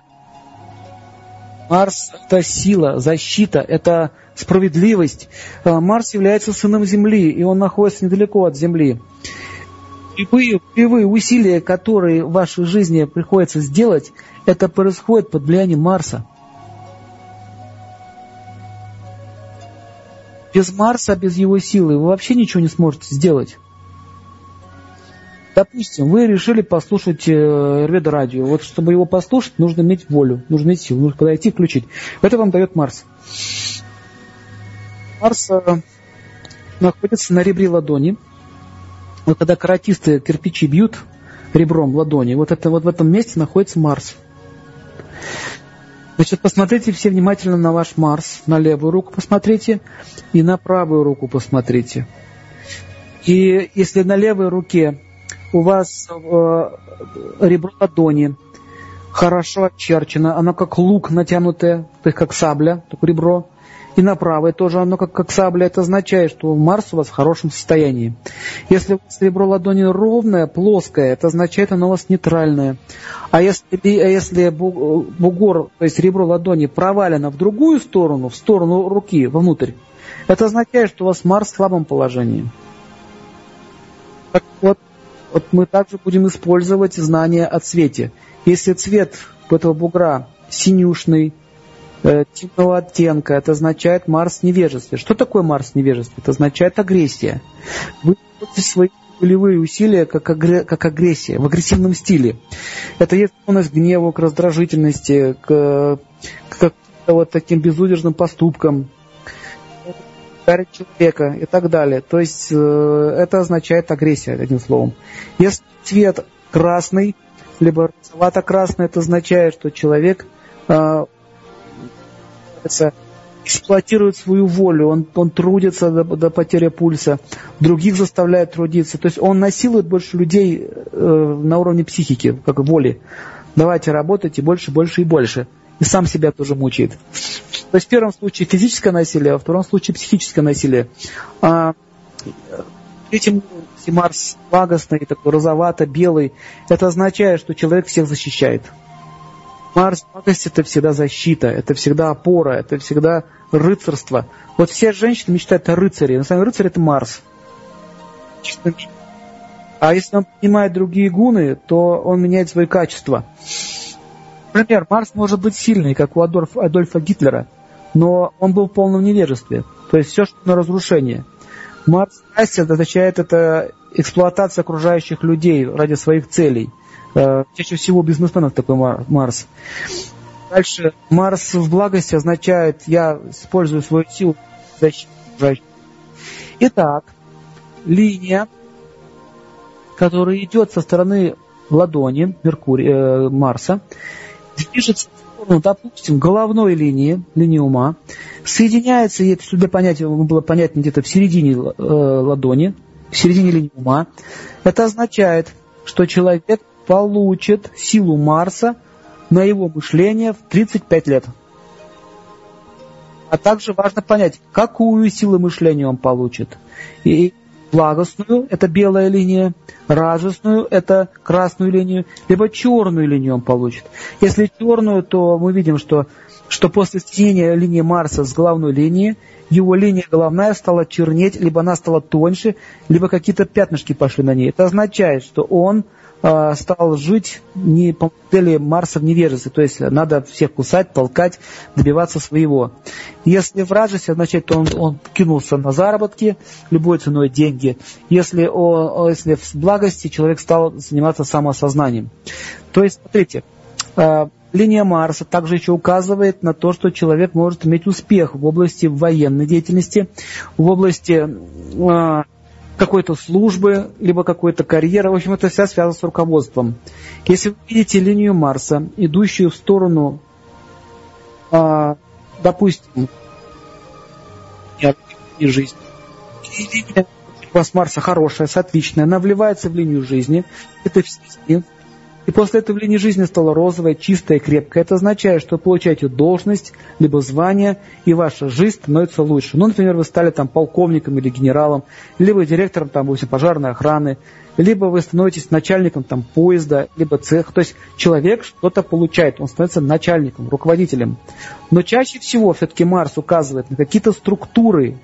Марс — это сила, защита, это справедливость. Марс является сыном Земли, и он находится недалеко от Земли. Любые усилия, которые в вашей жизни приходится сделать, это происходит под влиянием Марса. Без Марса, без его силы вы вообще ничего не сможете сделать. Допустим, вы решили послушать Аюрведа радио. Вот чтобы его послушать, нужно иметь волю, нужно иметь силу, нужно подойти и включить. Это вам дает Марс. Марс находится на ребре ладони. Вот когда каратисты кирпичи бьют ребром ладони, вот в этом месте находится Марс. Значит, посмотрите все внимательно на ваш Марс. На левую руку посмотрите и на правую руку посмотрите. И если на левой руке у вас ребро ладони хорошо очерчено, оно как лук натянутое, то есть как сабля, такое ребро, и на правой тоже оно как сабля, это означает, что Марс у вас в хорошем состоянии. Если у вас ребро ладони ровное, плоское, это означает, оно у вас нейтральное. А если бугор, то есть ребро ладони провалено в другую сторону, в сторону руки, вовнутрь, это означает, что у вас Марс в слабом положении. Так вот мы также будем использовать знания о цвете. Если цвет этого бугра синюшный, темного оттенка, это означает Марс в невежестве. Что такое Марс в невежестве? Это означает агрессия. Вы делаете свои волевые усилия как агрессия, в агрессивном стиле. Это есть склонность к гневу, к раздражительности, к вот таким безудержным поступкам, ударить человека и так далее. То есть это означает агрессия, одним словом. Если цвет красный, либо розовато-красный, это означает, что человек эксплуатирует свою волю, он трудится до потери пульса, других заставляет трудиться. То есть он насилует больше людей на уровне психики, как воли. Давайте работайте больше, больше и больше. И сам себя тоже мучает. То есть в первом случае физическое насилие, а во втором случае психическое насилие. В третьем Марс благостный, такой розовато-белый, это означает, что человек всех защищает. Марс благость — это всегда защита, это всегда опора, это всегда рыцарство. Вот все женщины мечтают о рыцаре. На самом деле рыцарь — это Марс. А если он понимает другие гуны, то он меняет свои качества. Например, Марс может быть сильный, как у Адольфа Гитлера, но он был в полном невежестве. То есть все, что на разрушение. Марс означает это эксплуатация окружающих людей ради своих целей. Чаще всего бизнесменов такой Марс. Дальше. Марс в благости означает, я использую свою силу в защите окружающих. Итак, линия, которая идет со стороны ладони Марса, движется в сторону, допустим, головной линии ума, соединяется, и это для понятия было понятно где-то в середине ладони, в середине линии ума. Это означает, что человек получит силу Марса на его мышление в 35 лет. А также важно понять, какую силу мышления он получит. И благостную, это белая линия, радостную, это красную линию, либо черную линию он получит. Если черную, то мы видим, что после соединения линии Марса с головной линией, его линия головная стала чернеть, либо она стала тоньше, либо какие-то пятнышки пошли на ней. Это означает, что он стал жить не по модели Марса в невежестве, то есть надо всех кусать, толкать, добиваться своего. Если в радости, означает, то он кинулся на заработки, любой ценой деньги. Если в благости, человек стал заниматься самоосознанием. То есть, смотрите, линия Марса также еще указывает на то, что человек может иметь успех в области военной деятельности, в области какой-то службы, либо какой-то карьеры. В общем, это вся связано с руководством. Если вы видите линию Марса, идущую в сторону, допустим, жизни, и линия у вас Марса хорошая, отличная, она вливается в линию жизни, это в стихии, и после этого линия жизни стала розовая, чистая, крепкая. Это означает, что вы получаете должность, либо звание, и ваша жизнь становится лучше. Ну, например, вы стали там полковником или генералом, либо директором там, допустим, пожарной охраны, либо вы становитесь начальником там, поезда, либо цеха. То есть человек что-то получает, он становится начальником, руководителем. Но чаще всего все-таки Марс указывает на какие-то структуры,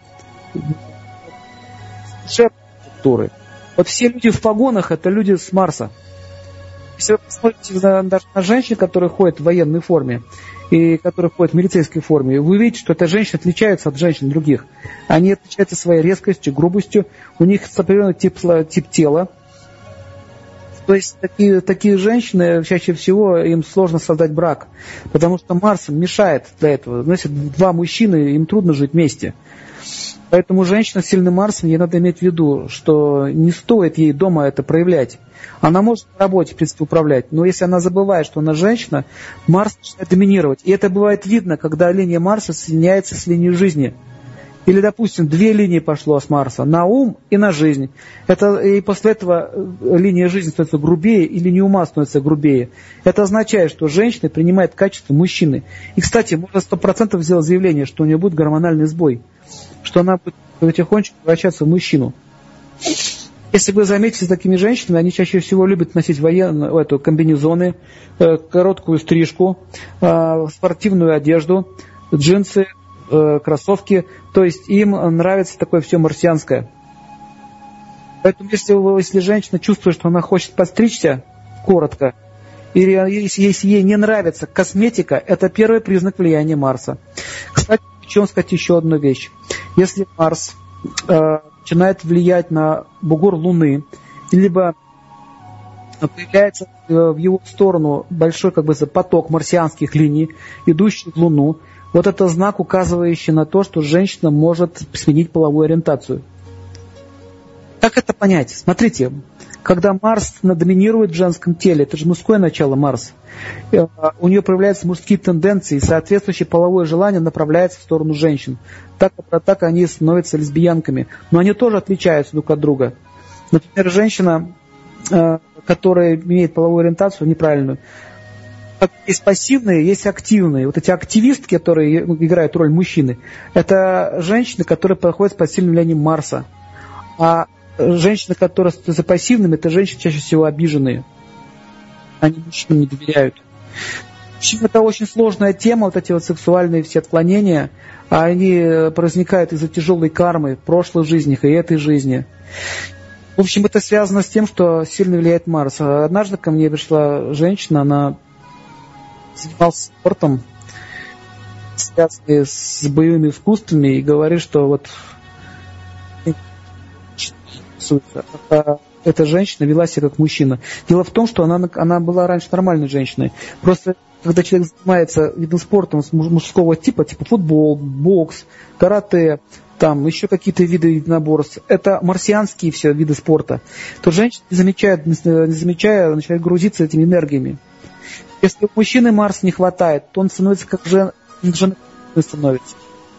структуры. Вот все люди в погонах – это люди с Марса. Если вы посмотрите даже на женщин, которые ходят в военной форме и которые ходят в милицейской форме, вы увидите, что эта женщина отличается от женщин других. Они отличаются своей резкостью, грубостью, у них определенный тип тела. То есть такие женщины, чаще всего им сложно создать брак, потому что Марс мешает для этого. Но если два мужчины, им трудно жить вместе. Поэтому женщина с сильным Марсом, ей надо иметь в виду, что не стоит ей дома это проявлять. Она может на работе, в принципе, управлять, но если она забывает, что она женщина, Марс начинает доминировать. И это бывает видно, когда линия Марса соединяется с линией жизни. Или, допустим, две линии пошло с Марса, на ум и на жизнь. И после этого линия жизни становится грубее, и линия ума становится грубее. Это означает, что женщина принимает качество мужчины. И, кстати, можно 100% сделать заявление, что у нее будет гормональный сбой, что она будет потихонечку превращаться в мужчину. Если вы заметите, с такими женщинами, они чаще всего любят носить комбинезоны, короткую стрижку, спортивную одежду, джинсы, кроссовки. То есть им нравится такое все марсианское. Поэтому если женщина чувствует, что она хочет подстричься коротко, или если ей не нравится косметика, это первый признак влияния Марса. Кстати, хочу вам сказать еще одну вещь. Если Марс начинает влиять на бугор Луны, либо появляется в его сторону большой поток марсианских линий, идущий в Луну, вот это знак, указывающий на то, что женщина может сменить половую ориентацию. Как это понять? Смотрите, Когда Марс доминирует в женском теле, это же мужское начало Марс, у нее проявляются мужские тенденции, и соответствующее половое желание направляется в сторону женщин. Так они становятся лесбиянками. Но они тоже отличаются друг от друга. Например, женщина, которая имеет половую ориентацию неправильную, есть пассивные, есть активные. Вот эти активистки, которые играют роль мужчины, это женщины, которые проходят под сильным влиянием Марса. А женщины, которые становятся пассивными, это женщины чаще всего обиженные. Они мужчинам не доверяют. В общем, это очень сложная тема, вот эти вот сексуальные все отклонения, они возникают из-за тяжелой кармы в прошлых жизнях и этой жизни. В общем, это связано с тем, что сильно влияет Марс. Однажды ко мне пришла женщина, она занимался спортом, связанный с боевыми искусствами, и говорит, что вот эта женщина вела себя как мужчина. Дело в том, что она была раньше нормальной женщиной. Просто когда человек занимается видом спорта мужского типа футбол, бокс, карате, там еще какие-то виды единоборств, это марсианские все виды спорта, то женщина, не замечая, начинает грузиться этими энергиями. Если у мужчины Марса не хватает, то он становится как жена становится.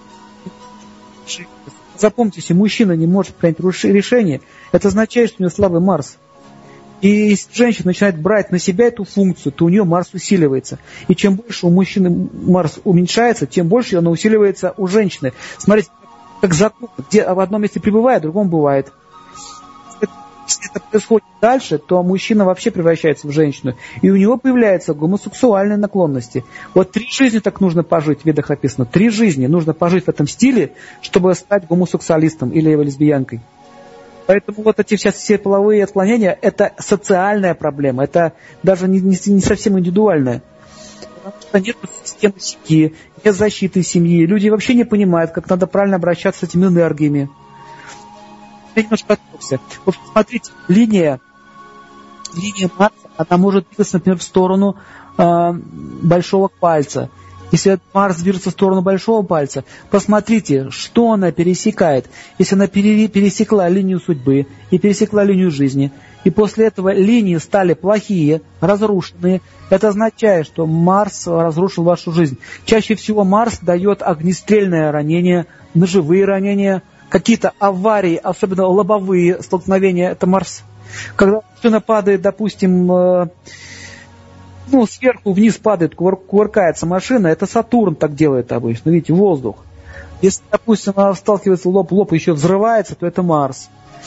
Запомните, если мужчина не может принять решение, это означает, что у него слабый Марс. И если женщина начинает брать на себя эту функцию, то у нее Марс усиливается. И чем больше у мужчины Марс уменьшается, тем больше она усиливается у женщины. Смотрите, как закон, где в одном месте пребывает, в другом бывает. Если это происходит дальше, то мужчина вообще превращается в женщину. И у него появляются гомосексуальные наклонности. Вот 3 жизни так нужно пожить, в ведах описано. 3 жизни нужно пожить в этом стиле, чтобы стать гомосексуалистом или лесбиянкой. Поэтому вот эти сейчас все половые отклонения, это социальная проблема, это даже не совсем индивидуальная. Потому что нет системы семьи, нет защиты семьи. Люди вообще не понимают, как надо правильно обращаться с этими энергиями. Я немножко отвлекся. Вот смотрите, линия Марса, она может двигаться, например, в сторону большого пальца. Если Марс движется в сторону большого пальца, посмотрите, что она пересекает. Если она пересекла линию судьбы и пересекла линию жизни, и после этого линии стали плохие, разрушенные, это означает, что Марс разрушил вашу жизнь. Чаще всего Марс дает огнестрельное ранение, ножевые ранения, какие-то аварии, особенно лобовые столкновения, это Марс. Когда машина падает, допустим, сверху вниз падает, кувыркается машина, это Сатурн так делает обычно, видите, воздух. Если, допустим, она сталкивается лоб еще взрывается, то это Марс.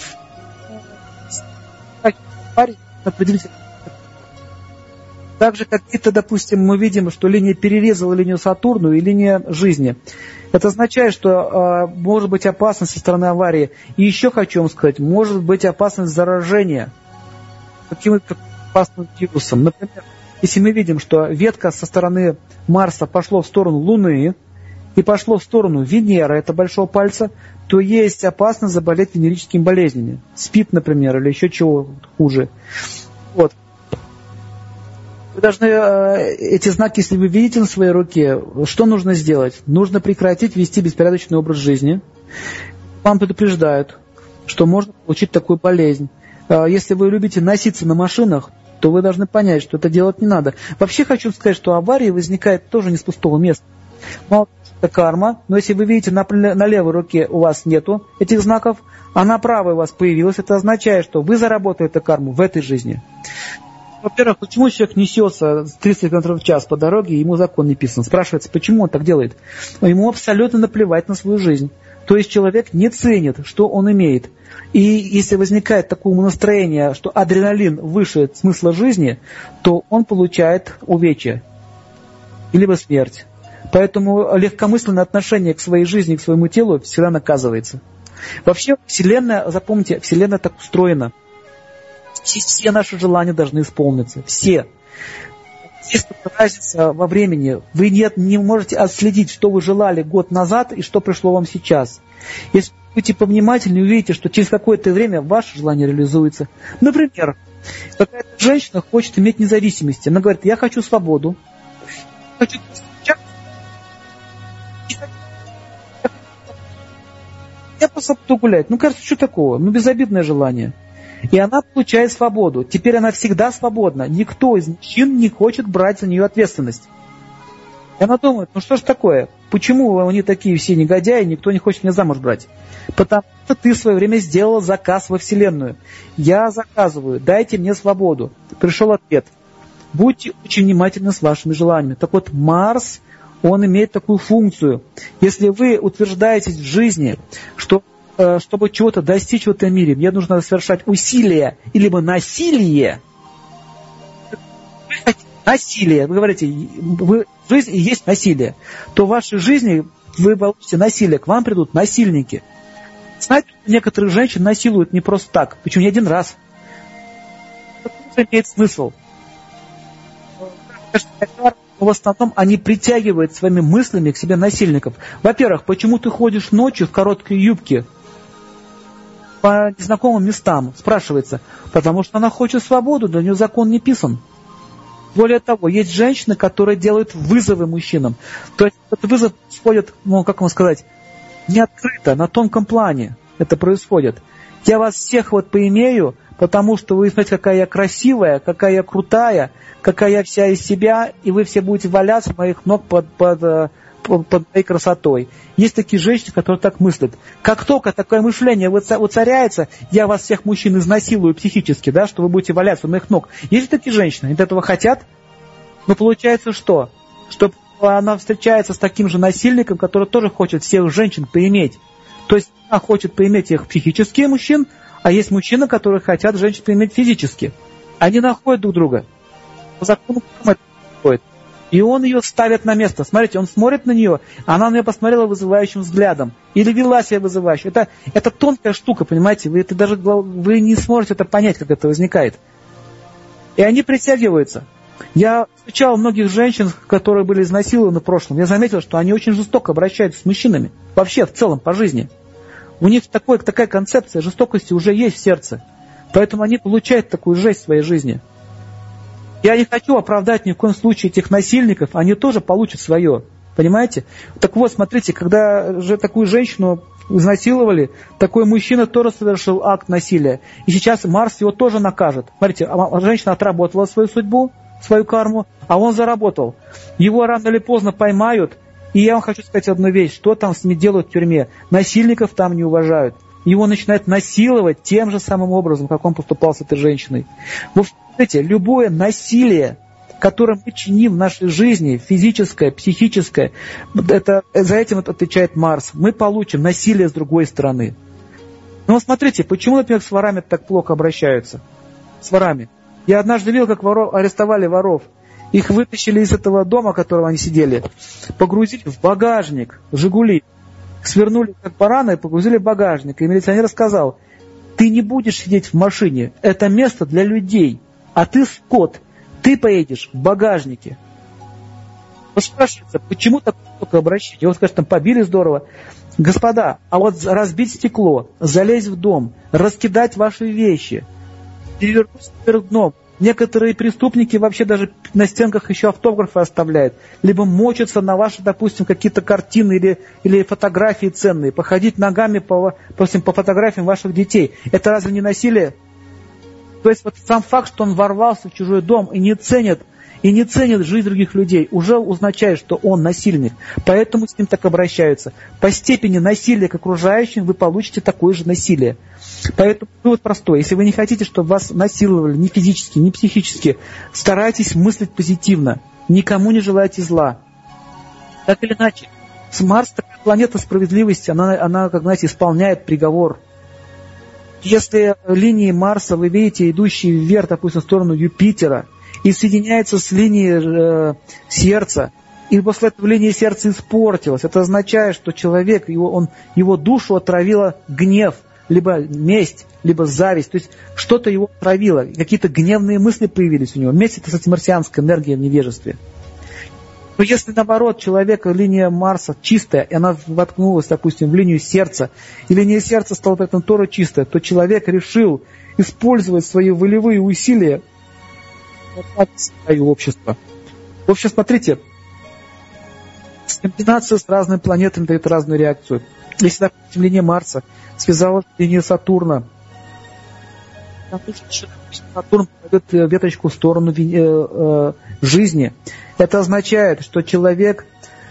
Также какие-то, допустим, мы видим, что линия перерезала линию Сатурну и линия жизни. Это означает, что может быть опасность со стороны аварии. И еще хочу вам сказать, может быть опасность заражения каким-то опасным вирусом. Например, если мы видим, что ветка со стороны Марса пошло в сторону Луны и пошло в сторону Венеры, это большого пальца, то есть опасность заболеть венерическими болезнями. СПИД, например, или еще чего хуже. Вот. Вы должны эти знаки, если вы видите на своей руке, что нужно сделать? Нужно прекратить вести беспорядочный образ жизни. Вам предупреждают, что можно получить такую болезнь. Если вы любите носиться на машинах, то вы должны понять, что это делать не надо. Вообще хочу сказать, что аварии возникают тоже не с пустого места. Мало того, что это карма, но если вы видите, на левой руке у вас нету этих знаков, а на правой у вас появилось, это означает, что вы заработали эту карму в этой жизни. Во-первых, почему человек несется 30 км в час по дороге, и ему закон не писан? Спрашивается, почему он так делает? Ему абсолютно наплевать на свою жизнь. То есть человек не ценит, что он имеет. И если возникает такое настроение, что адреналин выше смысла жизни, то он получает увечья, либо смерть. Поэтому легкомысленное отношение к своей жизни, к своему телу всегда наказывается. Вообще, Вселенная, запомните, Вселенная так устроена. Все наши желания должны исполниться. Все. Есть разница во времени. Вы не можете отследить, что вы желали год назад и что пришло вам сейчас. Если вы будете повнимательнее, увидите, что через какое-то время ваше желание реализуется. Например, какая-то женщина хочет иметь независимость. Она говорит, я хочу свободу. Я просто буду гулять. Кажется, что такого? Безобидное желание. И она получает свободу. Теперь она всегда свободна. Никто из мужчин не хочет брать за нее ответственность. И она думает, ну что ж такое? Почему они такие все негодяи, никто не хочет меня замуж брать? Потому что ты в свое время сделала заказ во Вселенную. Я заказываю, дайте мне свободу. Пришел ответ. Будьте очень внимательны с вашими желаниями. Так вот, Марс, он имеет такую функцию. Если вы утверждаетесь в жизни, что чтобы чего-то достичь в этом мире, мне нужно совершать усилия, либо насилие. Вы хотите насилие, вы говорите, в жизни есть насилие, то в вашей жизни вы получите насилие, к вам придут насильники. Знаете, некоторых женщин насилуют не просто так, причем не один раз. Это имеет смысл. В основном они притягивают своими мыслями к себе насильников. Во-первых, почему ты ходишь ночью в короткой юбке по незнакомым местам? Спрашивается. Потому что она хочет свободу, для нее закон не писан. Более того, есть женщины, которые делают вызовы мужчинам. То есть этот вызов происходит, как вам сказать, не открыто, на тонком плане это происходит. Я вас всех поимею, потому что вы знаете, какая я красивая, какая я крутая, какая я вся из себя, и вы все будете валяться у моих ног под моей красотой. Есть такие женщины, которые так мыслят. Как только такое мышление воцаряется, я вас всех мужчин изнасилую психически, да, что вы будете валяться у моих ног. Есть такие женщины, они этого хотят? Но получается что? Что она встречается с таким же насильником, который тоже хочет всех женщин поиметь. То есть она хочет поиметь их психически, мужчин, а есть мужчины, которые хотят женщин поиметь физически. Они находят друг друга. По закону это происходит. И он ее ставит на место. Смотрите, он смотрит на нее, она на нее посмотрела вызывающим взглядом. Или вела себя вызывающе. Это тонкая штука, понимаете? Вы не сможете это понять, как это возникает. И они притягиваются. Я встречал многих женщин, которые были изнасилованы в прошлом. Я заметил, что они очень жестоко обращаются с мужчинами. Вообще, в целом, по жизни. У них такая концепция жестокости уже есть в сердце. Поэтому они получают такую жесть в своей жизни. Я не хочу оправдать ни в коем случае этих насильников, они тоже получат свое. Понимаете? Так вот, смотрите, когда же такую женщину изнасиловали, такой мужчина тоже совершил акт насилия. И сейчас Марс его тоже накажет. Смотрите, женщина отработала свою судьбу, свою карму, а он заработал. Его рано или поздно поймают. И я вам хочу сказать одну вещь, что там с ними делают в тюрьме. Насильников там не уважают. Его начинают насиловать тем же самым образом, как он поступал с этой женщиной. Вы смотрите, любое насилие, которое мы чиним в нашей жизни, физическое, психическое, за этим отвечает Марс. Мы получим насилие с другой стороны. Но смотрите, почему, например, с ворами так плохо обращаются? С ворами. Я однажды видел, как арестовали воров. Их вытащили из этого дома, в котором они сидели, погрузили в багажник «Жигули». Свернули как барана и погрузили в багажник. И милиционер сказал: ты не будешь сидеть в машине, это место для людей, а ты скот, ты поедешь в багажнике. Вот спрашивается, почему такое обращение? Вот, скажет, там побили здорово. Господа, а вот разбить стекло, залезть в дом, раскидать ваши вещи, перевернуть вверх дном. Некоторые преступники вообще даже на стенках еще автографы оставляют. Либо мочатся на ваши, допустим, какие-то картины или фотографии ценные. Походить ногами по фотографиям ваших детей. Это разве не насилие? То есть вот сам факт, что он ворвался в чужой дом и не ценит жизнь других людей, уже означает, что он насильник. Поэтому с ним так обращаются. По степени насилия к окружающим вы получите такое же насилие. Поэтому вывод простой. Если вы не хотите, чтобы вас насиловали ни физически, ни психически, старайтесь мыслить позитивно. Никому не желайте зла. Так или иначе, Марс такая планета справедливости, она, как знаете, исполняет приговор. Если линии Марса вы видите, идущие вверх, допустим, в сторону Юпитера, и соединяется с линией сердца, и после этого линия сердца испортилась, это означает, что человек, его душу отравила гнев, либо месть, либо зависть, то есть что-то его отравило, какие-то гневные мысли появились у него. Месть — это, кстати, марсианская энергия в невежестве. Но если, наоборот, человека линия Марса чистая, и она воткнулась, допустим, в линию сердца, и линия сердца стала поэтому тоже чистая, то человек решил использовать свои волевые усилия в свое общество. В общем, смотрите, комбинация с разными планетами дает разную реакцию. Если, допустим, линия Марса связалась с линией Сатурна, Сатурн кладет веточку в сторону жизни. Это означает, что человек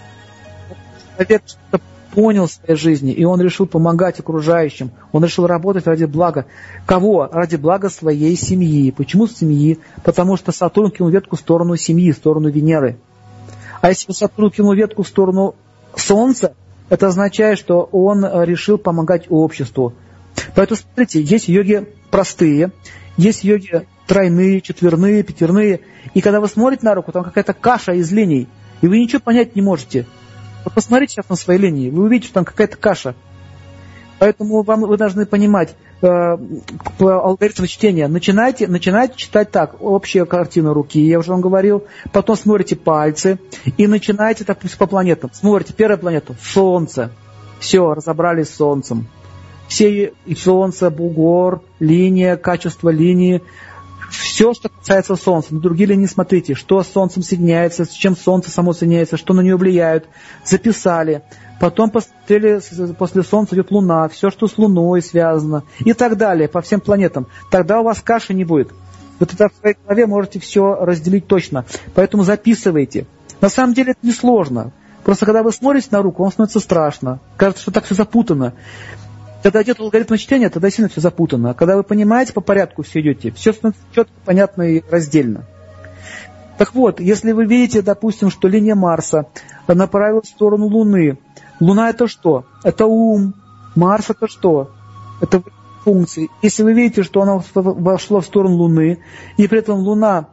что-то понял в своей жизни, и он решил помогать окружающим, он решил работать ради блага. Кого? Ради блага своей семьи. Почему семьи? Потому что Сатурн кинул ветку в сторону семьи, в сторону Венеры. А если Сатурн кинул ветку в сторону Солнца, это означает, что он решил помогать обществу. Поэтому, смотрите, есть йоги простые, есть йоги тройные, четверные, пятерные. И когда вы смотрите на руку, там какая-то каша из линий, и вы ничего понять не можете. Вот посмотрите сейчас на свои линии, вы увидите, что там какая-то каша. Поэтому вы должны понимать алгоритм чтения. Начинайте читать так, общая картина руки, я уже вам говорил. Потом смотрите пальцы и начинайте так по планетам. Смотрите, первая планета, Солнце. Все, разобрались с Солнцем. Все и Солнце, бугор, линия, качество линии. Все, что касается Солнца. На другие линии смотрите, что с Солнцем соединяется, с чем Солнце само соединяется, что на нее влияет. Записали. Потом посмотрели, после Солнца идет Луна, все, что с Луной связано. И так далее, по всем планетам. Тогда у вас каши не будет. Вы тогда в своей голове можете все разделить точно. Поэтому записывайте. На самом деле это несложно. Просто когда вы смотрите на руку, вам становится страшно. Кажется, что так все запутано. Когда идет алгоритм чтения, тогда сильно все запутано. А когда вы понимаете, по порядку все идете, все становится четко, понятно и раздельно. Так вот, если вы видите, допустим, что линия Марса направилась в сторону Луны, Луна это что? Это ум. Марс это что? Это функции. Если вы видите, что она вошла в сторону Луны, и при этом Луна,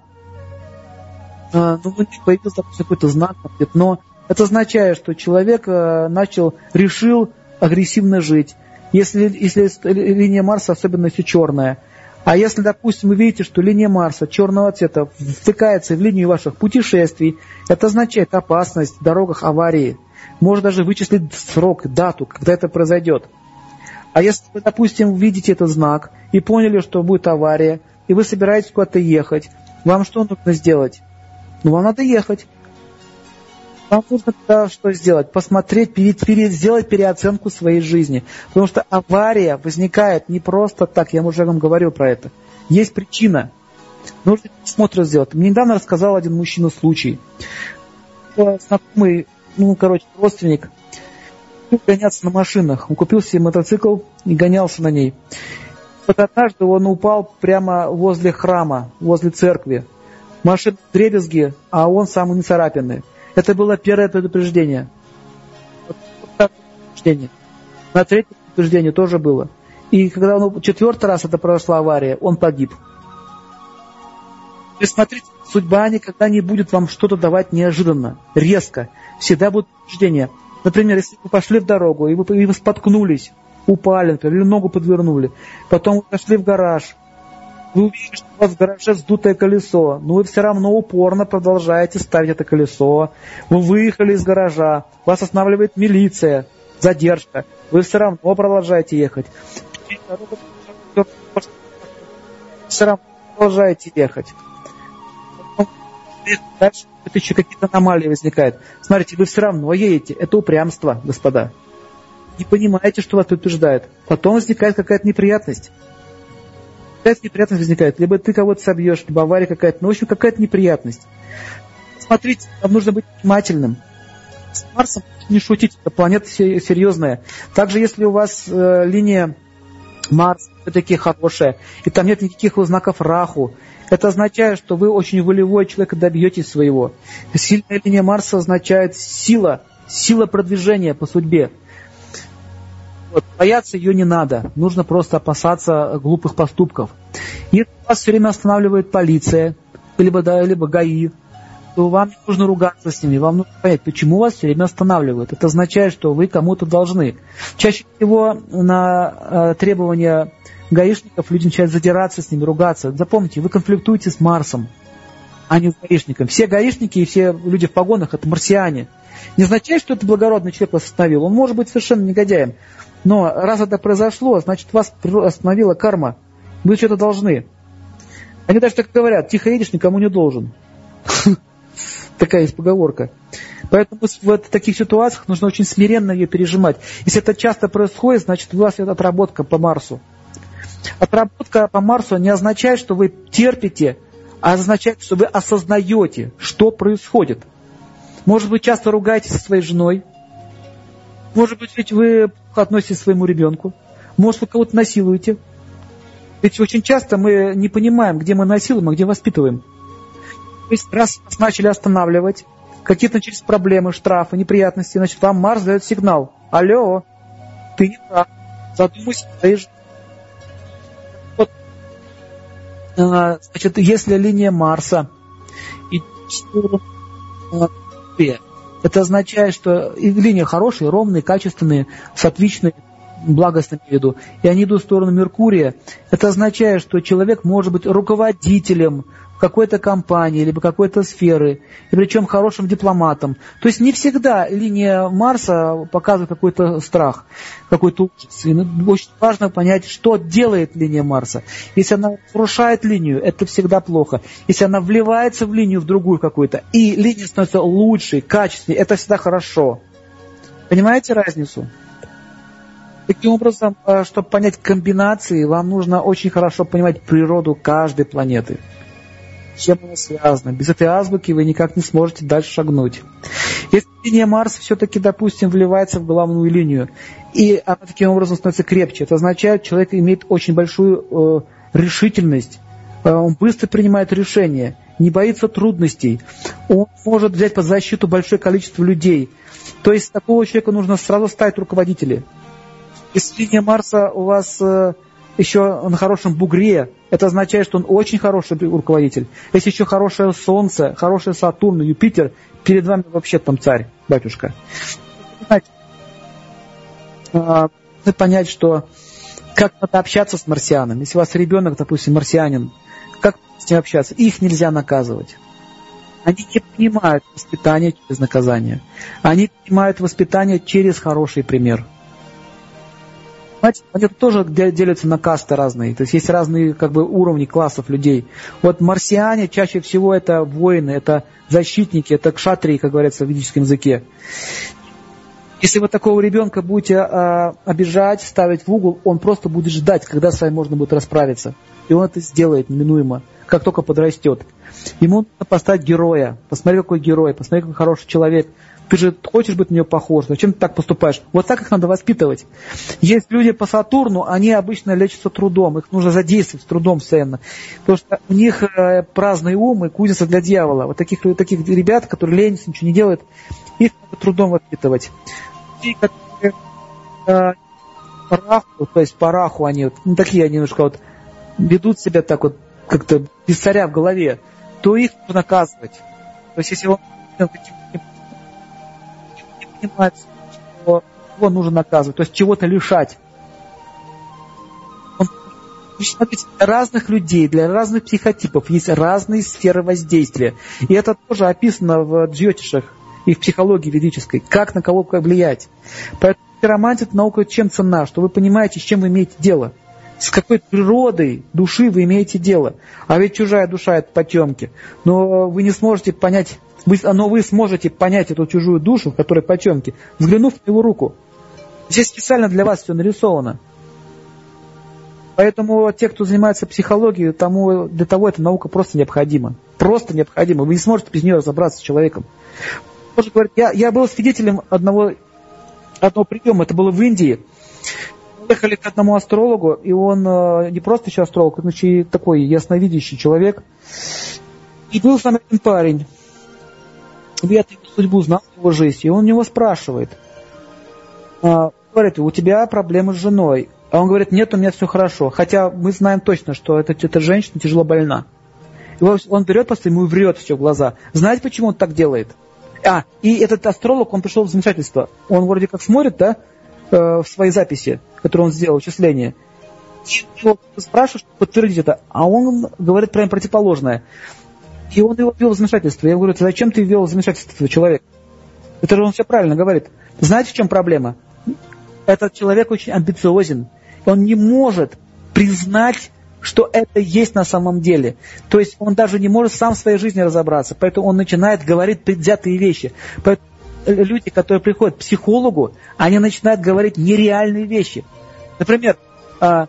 на Луне появился, допустим, какой-то знак, пятно, это означает, что человек решил агрессивно жить. Если линия Марса, особенно если черная. А если, допустим, вы видите, что линия Марса черного цвета втыкается в линию ваших путешествий, это означает опасность в дорогах, аварии. Можно даже вычислить срок, дату, когда это произойдет. А если вы, допустим, видите этот знак и поняли, что будет авария, и вы собираетесь куда-то ехать, вам что нужно сделать? Вам надо ехать. Вам нужно тогда что сделать? Посмотреть, сделать переоценку своей жизни. Потому что авария возникает не просто так, я уже вам говорил про это. Есть причина. Нужно пересмотр сделать. Мне недавно рассказал один мужчина случай. Знакомый, родственник, гоняться на машинах. Он купил себе мотоцикл и гонялся на ней. Вот однажды он упал прямо возле храма, возле церкви. Машина в дребезги, а он сам не царапины. Это было первое предупреждение. На третье предупреждение тоже было. И когда четвертый раз это произошла авария, он погиб. И смотрите, судьба никогда не будет вам что-то давать неожиданно, резко. Всегда будут предупреждения. Например, если вы пошли в дорогу, и вы споткнулись, упали, например, или ногу подвернули, потом вы пошли в гараж, вы увидели, что у вас в гараже сдутое колесо, но вы все равно упорно продолжаете ставить это колесо. Вы выехали из гаража, вас останавливает милиция, задержка. Вы все равно продолжаете ехать. Все равно продолжаете ехать. Дальше это еще какие-то аномалии возникают. Смотрите, вы все равно едете. Это упрямство, господа. Не понимаете, что вас предупреждает. Потом возникает какая-то неприятность. Какая-то неприятность возникает. Либо ты кого-то собьешь, либо авария какая-то. Ну, в общем, какая-то неприятность. Смотрите, вам нужно быть внимательным. С Марсом не шутите, это планета серьезная. Также, если у вас линия Марса все-таки хорошая, и там нет никаких знаков Раху, это означает, что вы очень волевой человек и добьетесь своего. Сильная линия Марса означает сила продвижения по судьбе. Вот, бояться ее не надо. Нужно просто опасаться глупых поступков. Если вас все время останавливает полиция, либо ГАИ, то вам не нужно ругаться с ними. Вам нужно понять, почему вас все время останавливают. Это означает, что вы кому-то должны. Чаще всего на требования гаишников люди начинают задираться с ними, ругаться. Запомните, вы конфликтуете с Марсом, а не с гаишником. Все гаишники и все люди в погонах – это марсиане. Не означает, что это благородный человек вас остановил. Он может быть совершенно негодяем. Но раз это произошло, значит, вас остановила карма. Вы что-то должны. Они даже так говорят: тихо едешь, никому не должен. Такая есть поговорка. Поэтому в таких ситуациях нужно очень смиренно ее пережимать. Если это часто происходит, значит, у вас это отработка по Марсу. Отработка по Марсу не означает, что вы терпите, а означает, что вы осознаете, что происходит. Может быть, часто ругаетесь со своей женой. Может быть, ведь вы плохо относитесь к своему ребенку. Может, вы кого-то насилуете. Ведь очень часто мы не понимаем, где мы насилуем, а где воспитываем. То есть, раз нас начали останавливать, какие-то начались проблемы, штрафы, неприятности, значит, вам Марс дает сигнал. Алло, ты не прав. Задумайся о своей жизни. Вот, значит, если линия Марса идет в сторону, это означает, что линии хорошие, ровные, качественные, сатвичные, благостные, имею в виду, и они идут в сторону Меркурия. Это означает, что человек может быть руководителем какой-то компании, либо какой-то сферы, и причем хорошим дипломатом. То есть не всегда линия Марса показывает какой-то страх, какой-то ужас. И очень важно понять, что делает линия Марса. Если она разрушает линию, это всегда плохо. Если она вливается в линию, в другую какую-то, и линия становится лучше, качественнее, это всегда хорошо. Понимаете разницу? Таким образом, чтобы понять комбинации, вам нужно очень хорошо понимать природу каждой планеты. С чем она связана. Без этой азбуки вы никак не сможете дальше шагнуть. Если линия Марса все-таки, допустим, вливается в главную линию, и она таким образом становится крепче, это означает, что человек имеет очень большую решительность, он быстро принимает решения, не боится трудностей, он может взять под защиту большое количество людей. То есть такого человека нужно сразу ставить руководителем. Если линия Марса у вас еще на хорошем бугре, это означает, что он очень хороший руководитель. Если еще хорошее Солнце, хороший Сатурн, Юпитер, перед вами вообще там царь, батюшка. Нужно понять, что как надо общаться с марсианом. Если у вас ребенок, допустим, марсианин, как с ним общаться? Их нельзя наказывать. Они не понимают воспитание через наказание. Они понимают воспитание через хороший пример. Знаете, планеты тоже делятся на касты разные. То есть разные уровни классов людей. Вот марсиане чаще всего это воины, это защитники, это кшатрии, как говорится в ведическом языке. Если вы такого ребенка будете обижать, ставить в угол, он просто будет ждать, когда с вами можно будет расправиться. И он это сделает неминуемо, как только подрастет. Ему нужно поставить героя. Посмотри, какой герой, посмотри, какой хороший человек. Ты же хочешь быть на нее похож, зачем ты так поступаешь? Вот так их надо воспитывать. Есть люди по Сатурну, они обычно лечатся трудом, их нужно задействовать трудом постоянно. Потому что у них праздный ум и кузница для дьявола. Вот таких ребят, которые ленятся, ничего не делают, их надо трудом воспитывать. Те, которые параху, то есть параху, они такие они немножко ведут себя так как-то без царя в голове, то их нужно наказывать. То есть если он не понимает, что его нужно наказывать, то есть чего-то лишать. Смотрите, для разных людей, для разных психотипов есть разные сферы воздействия. И это тоже описано в джьотишах и в психологии ведической, как на кого влиять. Поэтому хиромантия – это наука чем ценна, что вы понимаете, с чем вы имеете дело. С какой природой души вы имеете дело. А ведь чужая душа – это потемки. Но вы не сможете понять, вы сможете понять эту чужую душу, в которой потемки, взглянув на его руку. Здесь специально для вас все нарисовано. Поэтому те, кто занимается психологией, для того эта наука просто необходима. Просто необходима. Вы не сможете без нее разобраться с человеком. Я был свидетелем одного приема, это было в Индии. Мы ехали к одному астрологу, и он не просто еще астролог, он еще и такой ясновидящий человек. И был с нами один парень. Я его судьбу знал, его жизнь. И он у него спрашивает. Говорит, у тебя проблемы с женой. А он говорит, нет, у меня все хорошо. Хотя мы знаем точно, что эта женщина тяжело больна. И он берет просто ему и врет все в глаза. Знаете, почему он так делает? И этот астролог, он пришел в замешательство. Он вроде как смотрит, да, в свои записи, которые он сделал, вычисления. И его спрашивают, чтобы подтвердить это. А он говорит прямо противоположное. И он его ввел в замешательство. Я говорю, зачем ты ввел в замешательство этого человека? Это же он все правильно говорит. Знаете, в чем проблема? Этот человек очень амбициозен. Он не может признать, что это есть на самом деле. То есть он даже не может сам в своей жизни разобраться. Поэтому он начинает говорить предвзятые вещи. Поэтому люди, которые приходят к психологу, они начинают говорить нереальные вещи. Например,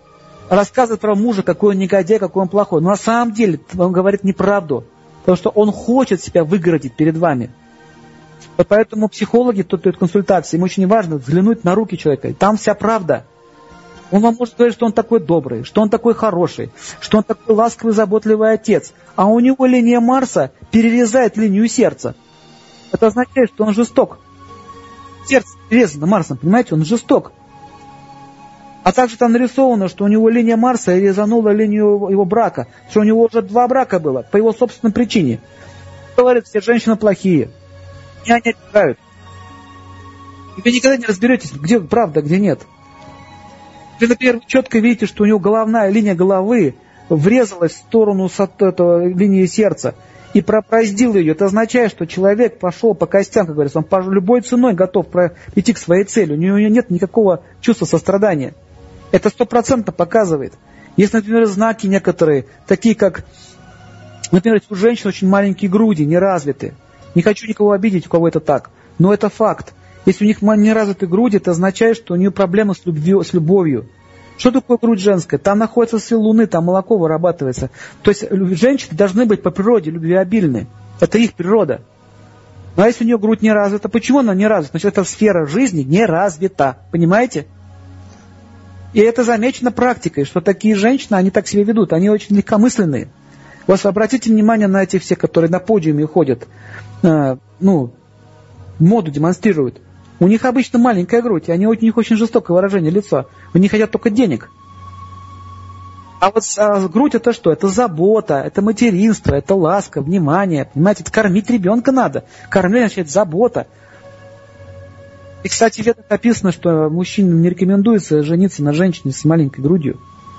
рассказывает про мужа, какой он негодяй, какой он плохой. Но на самом деле он говорит неправду, потому что он хочет себя выгородить перед вами. Поэтому психологи, кто дает консультации, им очень важно взглянуть на руки человека. И там вся правда. Он вам может говорить, что он такой добрый, что он такой хороший, что он такой ласковый, заботливый отец. А у него линия Марса перерезает линию сердца. Это означает, что он жесток. Сердце перерезано Марсом, понимаете, он жесток. А также там нарисовано, что у него линия Марса резанула линию его брака, что у него уже 2 брака было, по его собственной причине. Говорит, все женщины плохие. И они отбирают. И вы никогда не разберетесь, где правда, где нет. Вы, например, четко видите, что у него головная линия головы врезалась в сторону линии сердца и проздил ее. Это означает, что человек пошел по костям, как говорится, он по любой ценой готов идти к своей цели. У него нет никакого чувства сострадания. Это 100% показывает. Есть, например, знаки некоторые, такие как, например, у женщин очень маленькие груди, не развиты. Не хочу никого обидеть, у кого это так, но это факт. Если у них не развиты груди, это означает, что у нее проблемы с любовью. Что такое грудь женская? Там находится сила Луны, там молоко вырабатывается. То есть женщины должны быть по природе любвеобильны. Это их природа. Но если у нее грудь не развита, почему она не развита? Значит, эта сфера жизни не развита. Понимаете? И это замечено практикой, что такие женщины, они так себя ведут, они очень легкомысленные. Вот обратите внимание на этих всех, которые на подиуме ходят, моду демонстрируют. У них обычно маленькая грудь, и у них очень жестокое выражение лица. Они хотят только денег. А вот грудь это что? Это забота, это материнство, это ласка, внимание. Понимаете, это кормить ребенка надо. Кормление означает забота. И, кстати, в ведах написано, что мужчинам не рекомендуется жениться на женщине с маленькой грудью.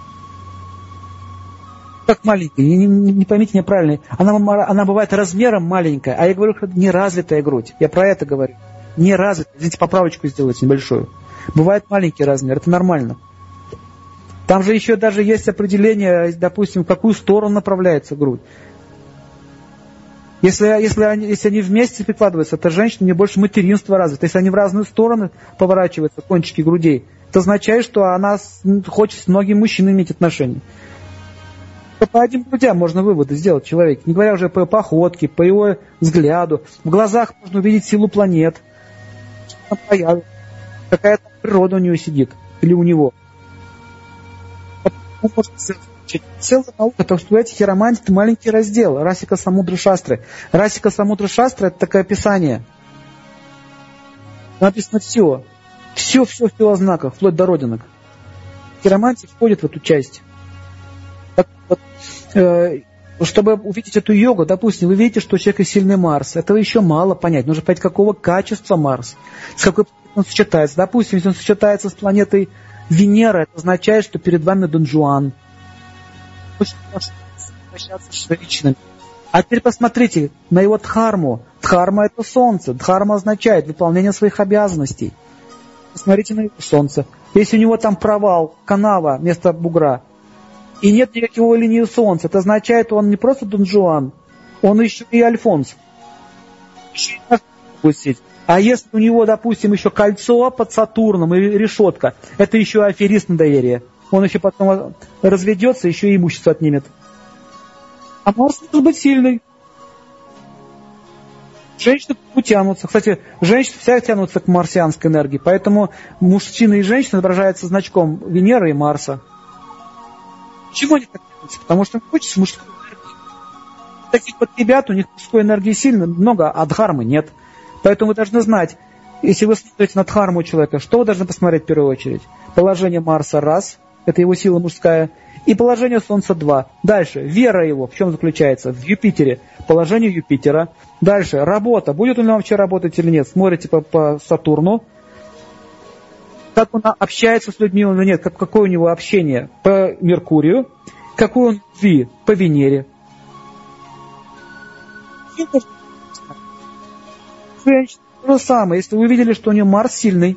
Как маленькая, не поймите меня правильно, она бывает размером маленькая, а я говорю, что неразвитая грудь. Я про это говорю. Неразвитая. Извините, поправочку сделайте небольшую. Бывает маленький размер, это нормально. Там же еще даже есть определение, допустим, в какую сторону направляется грудь. Если они вместе прикладываются, то женщина не больше материнства развита. Если они в разные стороны поворачиваются, кончики грудей, это означает, что она хочет с многими мужчинами иметь отношения. По одним грудям можно выводы сделать человек, не говоря уже по походке, по его взгляду. В глазах можно увидеть силу планет. Какая-то природа у него сидит, или у него. Целая наука, так что эти хиромантии, это маленький раздел, Расика Самудра Шастры. Расика Самудра Шастры — это такое описание. Написано все о знаках, вплоть до родинок. Хиромантия входит в эту часть. Чтобы увидеть эту йогу, допустим, вы видите, что у человека сильный Марс. Этого еще мало понять. Нужно понять, какого качества Марс, с какой планетой он сочетается. Допустим, если он сочетается с планетой Венера, это означает, что перед вами Дон Жуан. А теперь посмотрите на его дхарму. Дхарма — это солнце. Дхарма означает выполнение своих обязанностей. Посмотрите на его солнце. Если у него там провал, канава вместо бугра, и нет никакого линии солнца, это означает, что он не просто Дон Жуан, он еще и Альфонс. А если у него, допустим, еще кольцо под Сатурном и решетка, это еще аферист на доверие. Он еще потом разведется, еще и имущество отнимет. А Марс может быть сильный. Женщины тянутся. Кстати, женщины все тянутся к марсианской энергии, поэтому мужчина и женщина изображаются значком Венеры и Марса. Чего они так делают? Потому что им хочется мужской энергии. Таких вот ребят, у них мужской энергии сильно много, а дхармы нет. Поэтому вы должны знать, если вы смотрите на дхарму человека, что вы должны посмотреть в первую очередь? Положение Марса раз, это его сила мужская, и положение Солнца два. Дальше, вера его, в чем заключается? В Юпитере, положение Юпитера. Дальше, работа, будет он вообще работать или нет? Смотрите по Сатурну. Как он общается с людьми или нет, какое у него общение по Меркурию, какой он любви по Венере. Женщина, то же самое, если вы увидели, что у нее Марс сильный,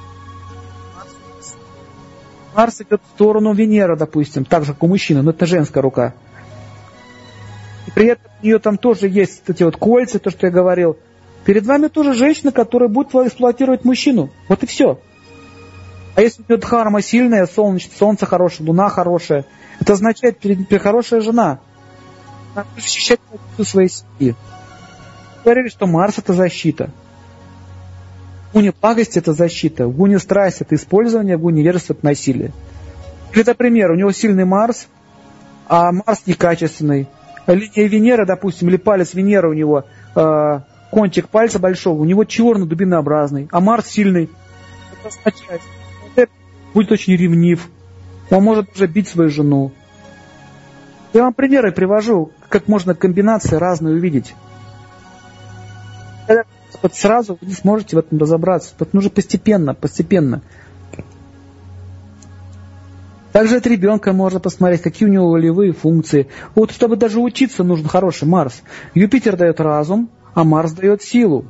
Марс идет в сторону Венеры, допустим, так же, как у мужчины, но это женская рука. И при этом у нее там тоже есть эти вот кольца, то, что я говорил. Перед вами тоже женщина, которая будет эксплуатировать мужчину. Вот и все. А если у него дхарма сильная, солнце хорошее, луна хорошая, это означает, перед хорошая жена. Надо защищать своей семьи. Говорили, что Марс — это защита. В гуне благости — это защита. В гуне страсти — это использование, в гуне невежества — это насилие. Или, например, у него сильный Марс, а Марс некачественный. Линия Венеры, допустим, или палец Венеры у него, кончик пальца большого, у него черный, дубинообразный, а Марс сильный. Это означает, что он будет очень ревнив. Он может уже бить свою жену. Я вам примеры привожу, как можно комбинации разные увидеть. Вот сразу вы не сможете в этом разобраться. Это нужно постепенно. Также от ребенка можно посмотреть, какие у него волевые функции. Вот чтобы даже учиться, нужен хороший Марс. Юпитер дает разум, а Марс дает силу.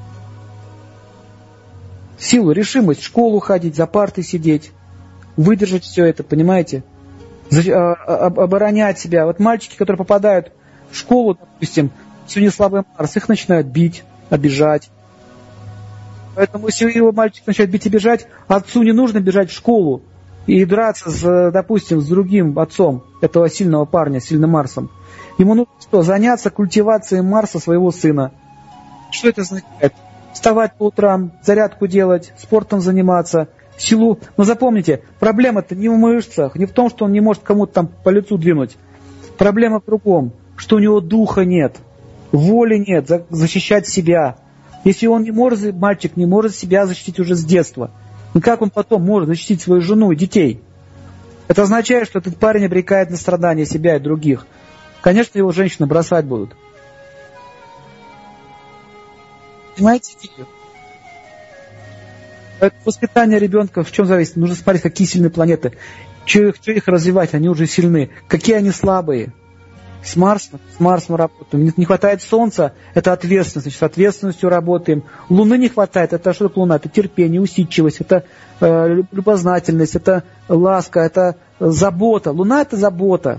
Силу, решимость, в школу ходить, за партой сидеть, выдержать все это, понимаете? Оборонять себя. Вот мальчики, которые попадают в школу, допустим, сегодня слабый Марс, их начинают бить, обижать. Поэтому если его мальчик начинает бить и бежать, отцу не нужно бежать в школу и драться, допустим, с другим отцом этого сильного парня, сильным Марсом. Ему нужно что? Заняться культивацией Марса своего сына. Что это означает? Вставать по утрам, зарядку делать, спортом заниматься, силу. Но запомните, проблема-то не в мышцах, не в том, что он не может кому-то там по лицу двинуть. Проблема в другом, что у него духа нет, воли нет защищать себя. Если он не может, мальчик не может себя защитить уже с детства, ну как он потом может защитить свою жену и детей? Это означает, что этот парень обрекает на страдания себя и других. Конечно, его женщины бросать будут. Понимаете? Воспитание ребенка в чем зависит? Нужно смотреть, какие сильные планеты. Что их развивать? Они уже сильны. Какие они слабые? С Марсом работаем. Не хватает Солнца, это ответственность, значит, с ответственностью работаем. Луны не хватает, это что такое Луна? Это терпение, усидчивость, это любознательность, это ласка, это забота. Луна — это забота.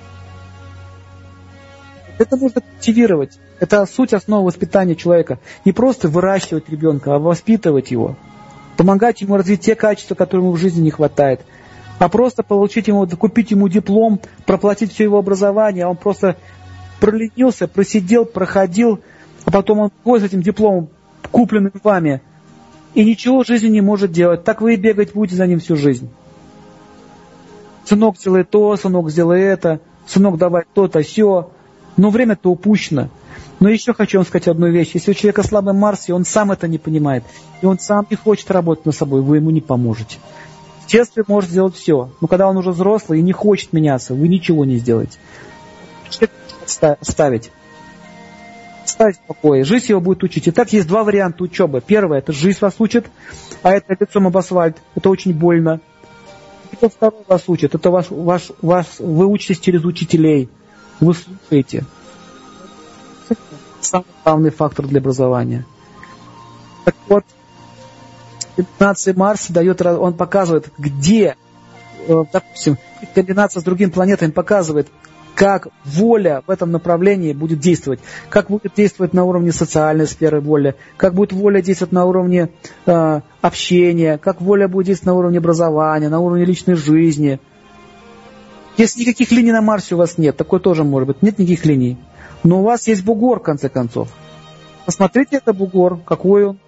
Это нужно культивировать. Это суть, основа воспитания человека. Не просто выращивать ребенка, а воспитывать его. Помогать ему развить те качества, которые ему в жизни не хватает. А просто купить ему диплом, проплатить все его образование, а он просто проленился, просидел, проходил, а потом он ходит с этим дипломом, купленным вами, и ничего в жизни не может делать. Так вы и бегать будете за ним всю жизнь. Сынок, сделай то, сынок, сделай это, сынок, давай то-то, сё. Но время-то упущено. Но еще хочу вам сказать одну вещь. Если у человека слабый Марс, и он сам это не понимает, и он сам не хочет работать над собой, вы ему не поможете. В детстве может сделать все, но когда он уже взрослый и не хочет меняться, вы ничего не сделаете. Ставить в покое. Жизнь его будет учить. Итак, есть два варианта учебы. Первое — это жизнь вас учит, а это лицом об асфальт. Это очень больно. И второе вас учит. Это вы учитесь через учителей. Вы слушаете. Самый главный фактор для образования. Так вот, комбинация Марса он показывает, где, допустим, комбинация с другими планетами показывает, как воля в этом направлении будет действовать, как будет действовать на уровне социальной сферы воля, как будет воля действовать на уровне общения, как воля будет действовать на уровне образования, на уровне личной жизни. Если никаких линий на Марсе у вас нет, такое тоже может быть, нет никаких линий, но у вас есть бугор, в конце концов. Посмотрите, это бугор, какой он.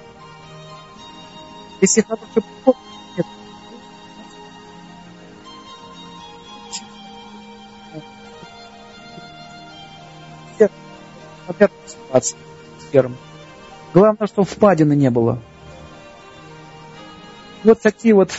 Если хороший бугор, нет. Опять ситуация с первым. Главное, чтобы впадины не было. Вот такие вот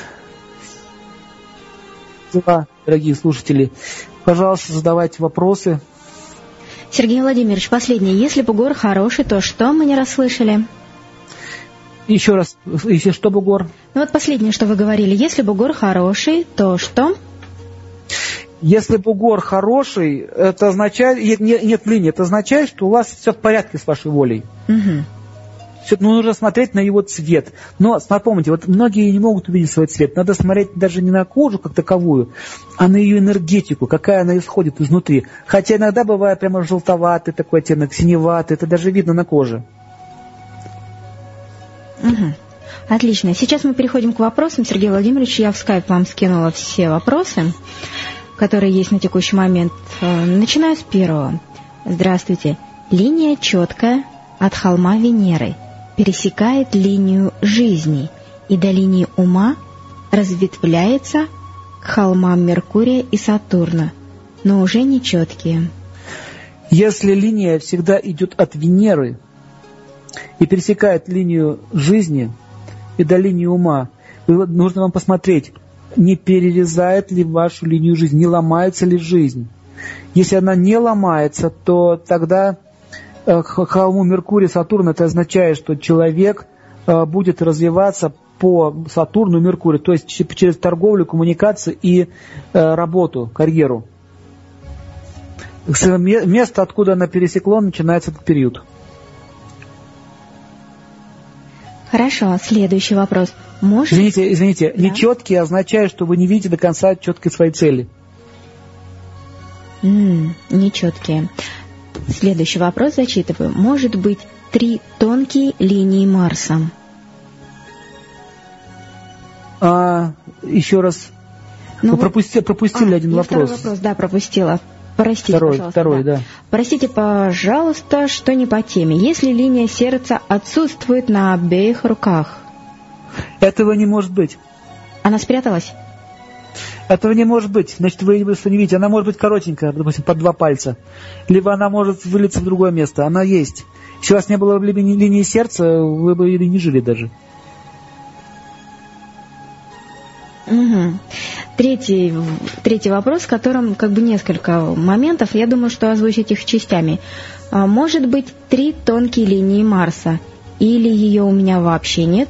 дела, дорогие слушатели. Пожалуйста, задавайте вопросы. Сергей Владимирович, последний. Если бугор хороший, то что мы не расслышали? Еще раз, если что, бугор? Ну вот последнее, что вы говорили. Если бугор хороший, то что? Если бугор хороший, это означает, нет линии, это означает, что у вас все в порядке с вашей волей. Угу. Нужно смотреть на его цвет. Но напомните, вот многие не могут увидеть свой цвет. Надо смотреть даже не на кожу как таковую, а на ее энергетику, какая она исходит изнутри. Хотя иногда бывает прямо желтоватый такой оттенок, синеватый, это даже видно на коже. Угу. Отлично. Сейчас мы переходим к вопросам. Сергей Владимирович, я в скайп вам скинула все вопросы, которые есть на текущий момент. Начинаю с первого. Здравствуйте. Линия четкая от холма Венеры пересекает линию жизни и до линии ума разветвляется к холмам Меркурия и Сатурна, но уже не четкие. Если линия всегда идет от Венеры и пересекает линию жизни и до линии ума, нужно вам посмотреть, не перерезает ли вашу линию жизни, не ломается ли жизнь. Если она не ломается, то тогда к холму Меркурия, Сатурна, это означает, что человек будет развиваться по Сатурну и Меркурию, то есть через торговлю, коммуникации и работу, карьеру. Место, откуда она пересекло, начинается этот период. Хорошо, следующий вопрос. Извините, да? Нечеткие означает, что вы не видите до конца четкой своей цели. Нечеткие. Следующий вопрос зачитываю. Может быть 3 тонкие линии Марса? Еще раз. Вы пропустили один вопрос. Второй вопрос, да, пропустила. Простите, пожалуйста. Второй, да. Простите, пожалуйста, что не по теме. Если линия сердца отсутствует на обеих руках? Этого не может быть. Она спряталась? Этого не может быть. Значит, вы просто не видите. Она может быть коротенькая, допустим, под 2 пальца. Либо она может вылиться в другое место. Она есть. Если у вас не было линии сердца, вы бы и не жили даже. Угу. Третий вопрос, в котором как бы несколько моментов. Я думаю, что озвучить их частями. Может быть 3 тонкие линии Марса? Или ее у меня вообще нет?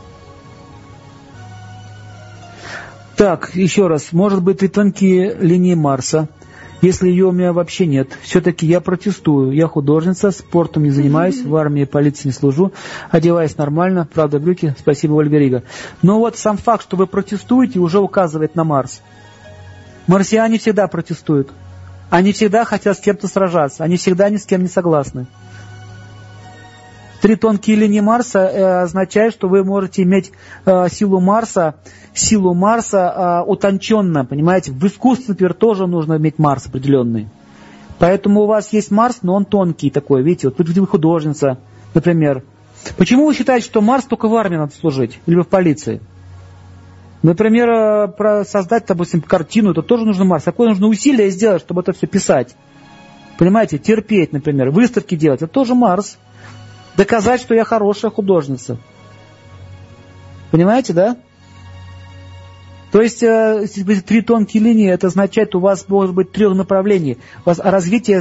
Так, еще раз. Может быть 3 тонкие линии Марса. Если ее у меня вообще нет, все-таки я протестую. Я художница, спортом не занимаюсь, в армии и полиции не служу, одеваюсь нормально, правда, брюки, спасибо, Ольга Рига. Но вот сам факт, что вы протестуете, уже указывает на Марс. Марсиане всегда протестуют. Они всегда хотят с кем-то сражаться, они всегда ни с кем не согласны. 3 тонкие линии Марса означает, что вы можете иметь силу Марса утонченно, понимаете? В искусстве, например, тоже нужно иметь Марс определенный. Поэтому у вас есть Марс, но он тонкий такой, видите? Вот вы художница, например. Почему вы считаете, что Марс только в армии надо служить? Или в полиции? Например, создать, допустим, картину, это тоже нужно Марс. Какое нужно усилие сделать, чтобы это все писать? Понимаете? Терпеть, например, выставки делать, это тоже Марс. Доказать, что я хорошая художница. Понимаете, да? То есть 3 тонкие линии, это означает, у вас может быть 3 направлений. У вас развитие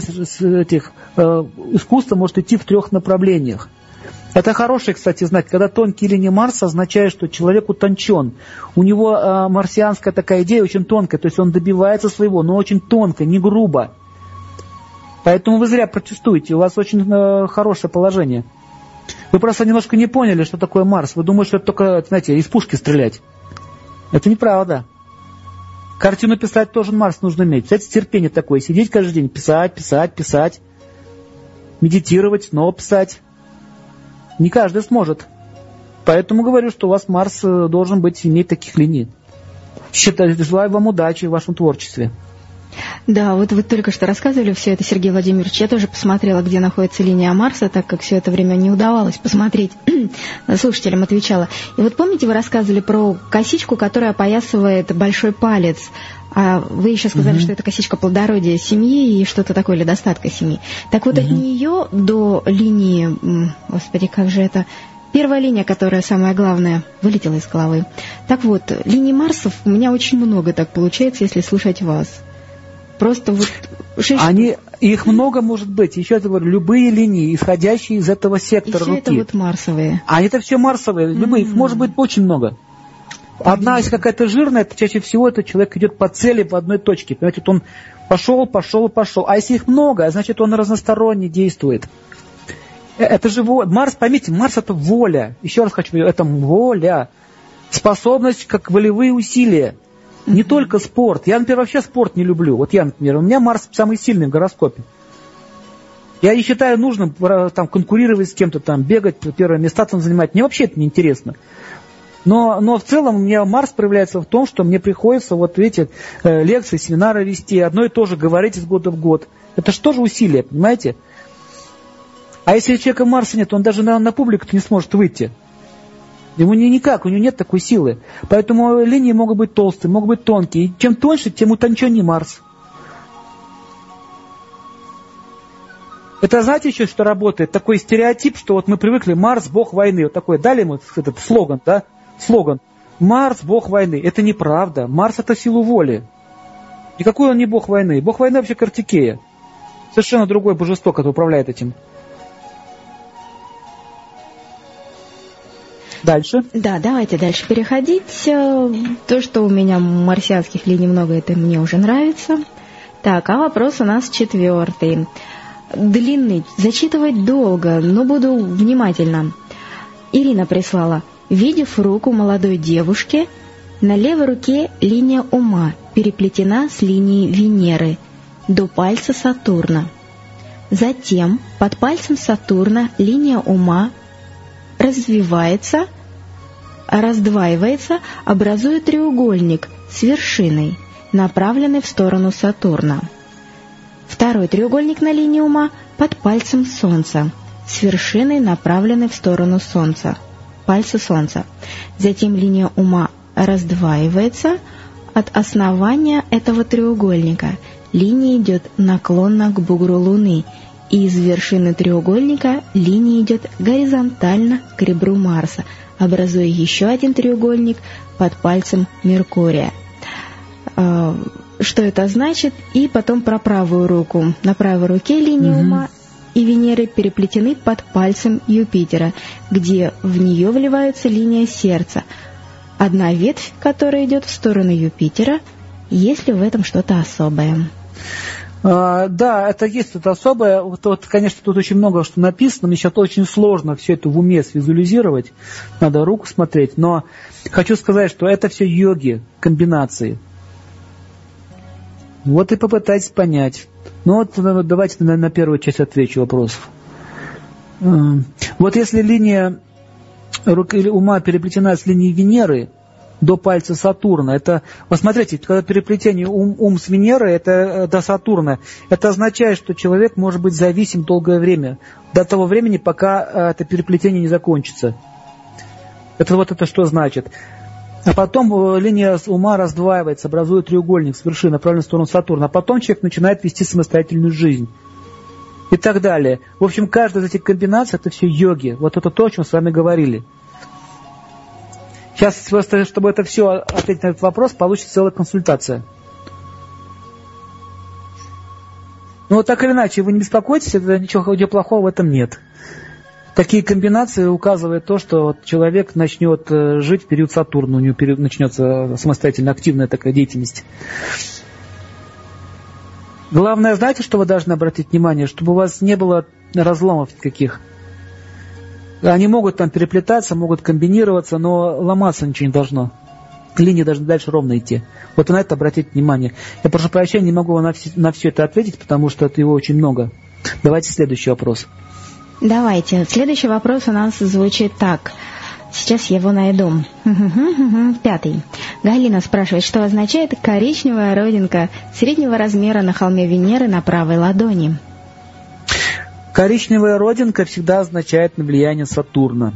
искусства может идти в 3 направлениях. Это хорошее, кстати, знать. Когда тонкие линии Марса, означает, что человек утончен. У него марсианская такая идея очень тонкая. То есть он добивается своего, но очень тонко, не грубо. Поэтому вы зря протестуете. У вас очень хорошее положение. Вы просто немножко не поняли, что такое Марс. Вы думаете, что это только, знаете, из пушки стрелять. Это неправда. Картину писать тоже Марс нужно иметь. Кстати, терпение такое. Сидеть каждый день, писать. Медитировать, снова писать. Не каждый сможет. Поэтому говорю, что у вас Марс должен иметь таких линий. Желаю вам удачи в вашем творчестве. Да, вот вы только что рассказывали все это, Сергей Владимирович. Я тоже посмотрела, где находится линия Марса, так как все это время не удавалось посмотреть. Слушателям отвечала. И вот помните, вы рассказывали про косичку, которая опоясывает большой палец. А вы еще сказали, что это косичка плодородия семьи и что-то такое, или достатка семьи. Так вот, от нее до линии, господи, как же это... Первая линия, которая самая главная, вылетела из головы. Так вот, линий Марсов у меня очень много так получается, если слушать вас. Просто вот... Их много может быть. Еще раз говорю, любые линии, исходящие из этого сектора руки. И все это вот марсовые. Это все марсовые. Любые. Их может быть очень много. Одна, если какая-то жирная, то чаще всего этот человек идет по цели в одной точке. Понимаете, вот он пошел. А если их много, значит, он разносторонне действует. Это же Марс, поймите, Марс это воля. Еще раз хочу говорить, это воля. Способность, как волевые усилия. Не только спорт. Я, например, вообще спорт не люблю. Вот я, например, у меня Марс самый сильный в гороскопе. Я не считаю нужным там конкурировать с кем-то, там бегать, первые места там занимать. Мне вообще это не интересно. Но в целом у меня Марс проявляется в том, что мне приходится вот эти лекции, семинары вести, одно и то же говорить из года в год. Это же тоже усилие, понимаете? А если у человека Марса нет, он даже на публику не сможет выйти. Ему никак, у него нет такой силы. Поэтому линии могут быть толстые, могут быть тонкие. И чем тоньше, тем утонченнее Марс. Это знаете еще, что работает? Такой стереотип, что вот мы привыкли, Марс – бог войны. Вот такой, дали ему этот слоган, да? Слоган. Марс – бог войны. Это неправда. Марс – это сила воли. Никакой он не бог войны. Бог войны вообще Картикея. Совершенно другое божество, которое управляет этим. Дальше. Да, давайте дальше переходить. То, что у меня марсианских линий много, это мне уже нравится. Так, а вопрос у нас 4. Длинный. Зачитывать долго, но буду внимательно. Ирина прислала. Видев руку молодой девушки, на левой руке линия ума переплетена с линией Венеры до пальца Сатурна. Затем под пальцем Сатурна линия ума развивается, раздваивается, образуя треугольник с вершиной, направленной в сторону Сатурна. Второй треугольник на линии ума под пальцем Солнца, с вершиной, направленной в сторону Солнца, пальца Солнца. Затем линия ума раздваивается от основания этого треугольника. Линия идет наклонно к бугру Луны, и из вершины треугольника линия идет горизонтально к ребру Марса, образуя еще один треугольник под пальцем Меркурия. Что это значит? И потом про правую руку. На правой руке линии ума и Венеры переплетены под пальцем Юпитера, где в нее вливается линия сердца. Одна ветвь, которая идет в сторону Юпитера. Есть ли в этом что-то особое? Да, это есть что-то особое. Вот, конечно, тут очень много что написано. Мне сейчас очень сложно все это в уме свизуализировать. Надо руку смотреть. Но хочу сказать, что это все йоги, комбинации. Вот и попытайтесь понять. Ну вот давайте на первую часть отвечу вопросов. Вот если линия руки ума переплетена с линией Венеры до пальца Сатурна, это, вот смотрите, когда переплетение ум с Венерой, это до Сатурна, это означает, что человек может быть зависим долгое время, до того времени, пока это переплетение не закончится. Это вот это что значит? А потом линия ума раздваивается, образует треугольник с вершины, направленный в сторону Сатурна. А потом человек начинает вести самостоятельную жизнь. И так далее. В общем, каждая из этих комбинаций – это все йоги. Вот это то, о чем с вами говорили. Сейчас, просто, чтобы это все ответить на этот вопрос, получится целая консультация. Ну, вот так или иначе, вы не беспокойтесь, ничего плохого в этом нет. Такие комбинации указывают то, что вот человек начнет жить в период Сатурна, у него начнется самостоятельно активная такая деятельность. Главное, знаете, что вы должны обратить внимание? Чтобы у вас не было разломов никаких. Они могут там переплетаться, могут комбинироваться, но ломаться ничего не должно. Линии должны дальше ровно идти. Вот на это обратите внимание. Я прошу прощения, не могу на все это ответить, потому что это его очень много. Давайте следующий вопрос. Давайте. Следующий вопрос у нас звучит так. Сейчас я его найду. 5. Галина спрашивает, что означает коричневая родинка среднего размера на холме Венеры на правой ладони? Коричневая родинка всегда означает влияние Сатурна.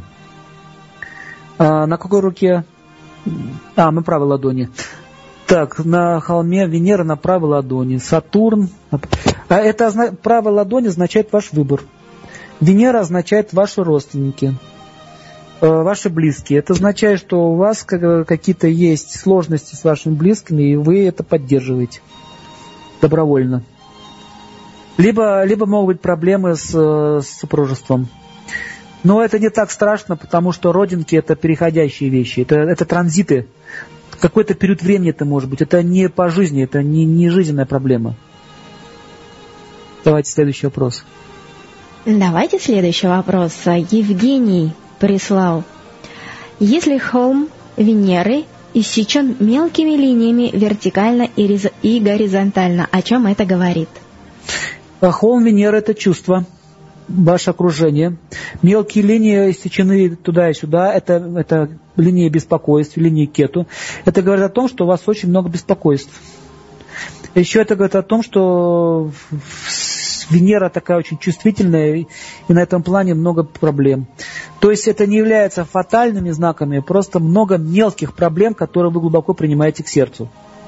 На какой руке? На правой ладони. Так, на холме Венеры на правой ладони. Сатурн. Это правая ладонь означает ваш выбор. Венера означает ваши родственники, ваши близкие. Это означает, что у вас какие-то есть сложности с вашими близкими, и вы это поддерживаете добровольно. Либо могут быть проблемы с супружеством. Но это не так страшно, потому что родинки – это переходящие вещи, это транзиты. Какой-то период времени это может быть. Это не по жизни, это не жизненная проблема. Давайте следующий вопрос. Давайте следующий вопрос. Евгений прислал. Если холм Венеры иссечен мелкими линиями вертикально и горизонтально, о чем это говорит? Холм Венеры – это чувство, ваше окружение. Мелкие линии истечены туда и сюда. Это линии беспокойств, линии Кету. Это говорит о том, что у вас очень много беспокойств. Еще это говорит о том, что Венера такая очень чувствительная, и на этом плане много проблем. То есть это не является фатальными знаками, просто много мелких проблем, которые вы глубоко принимаете к сердцу.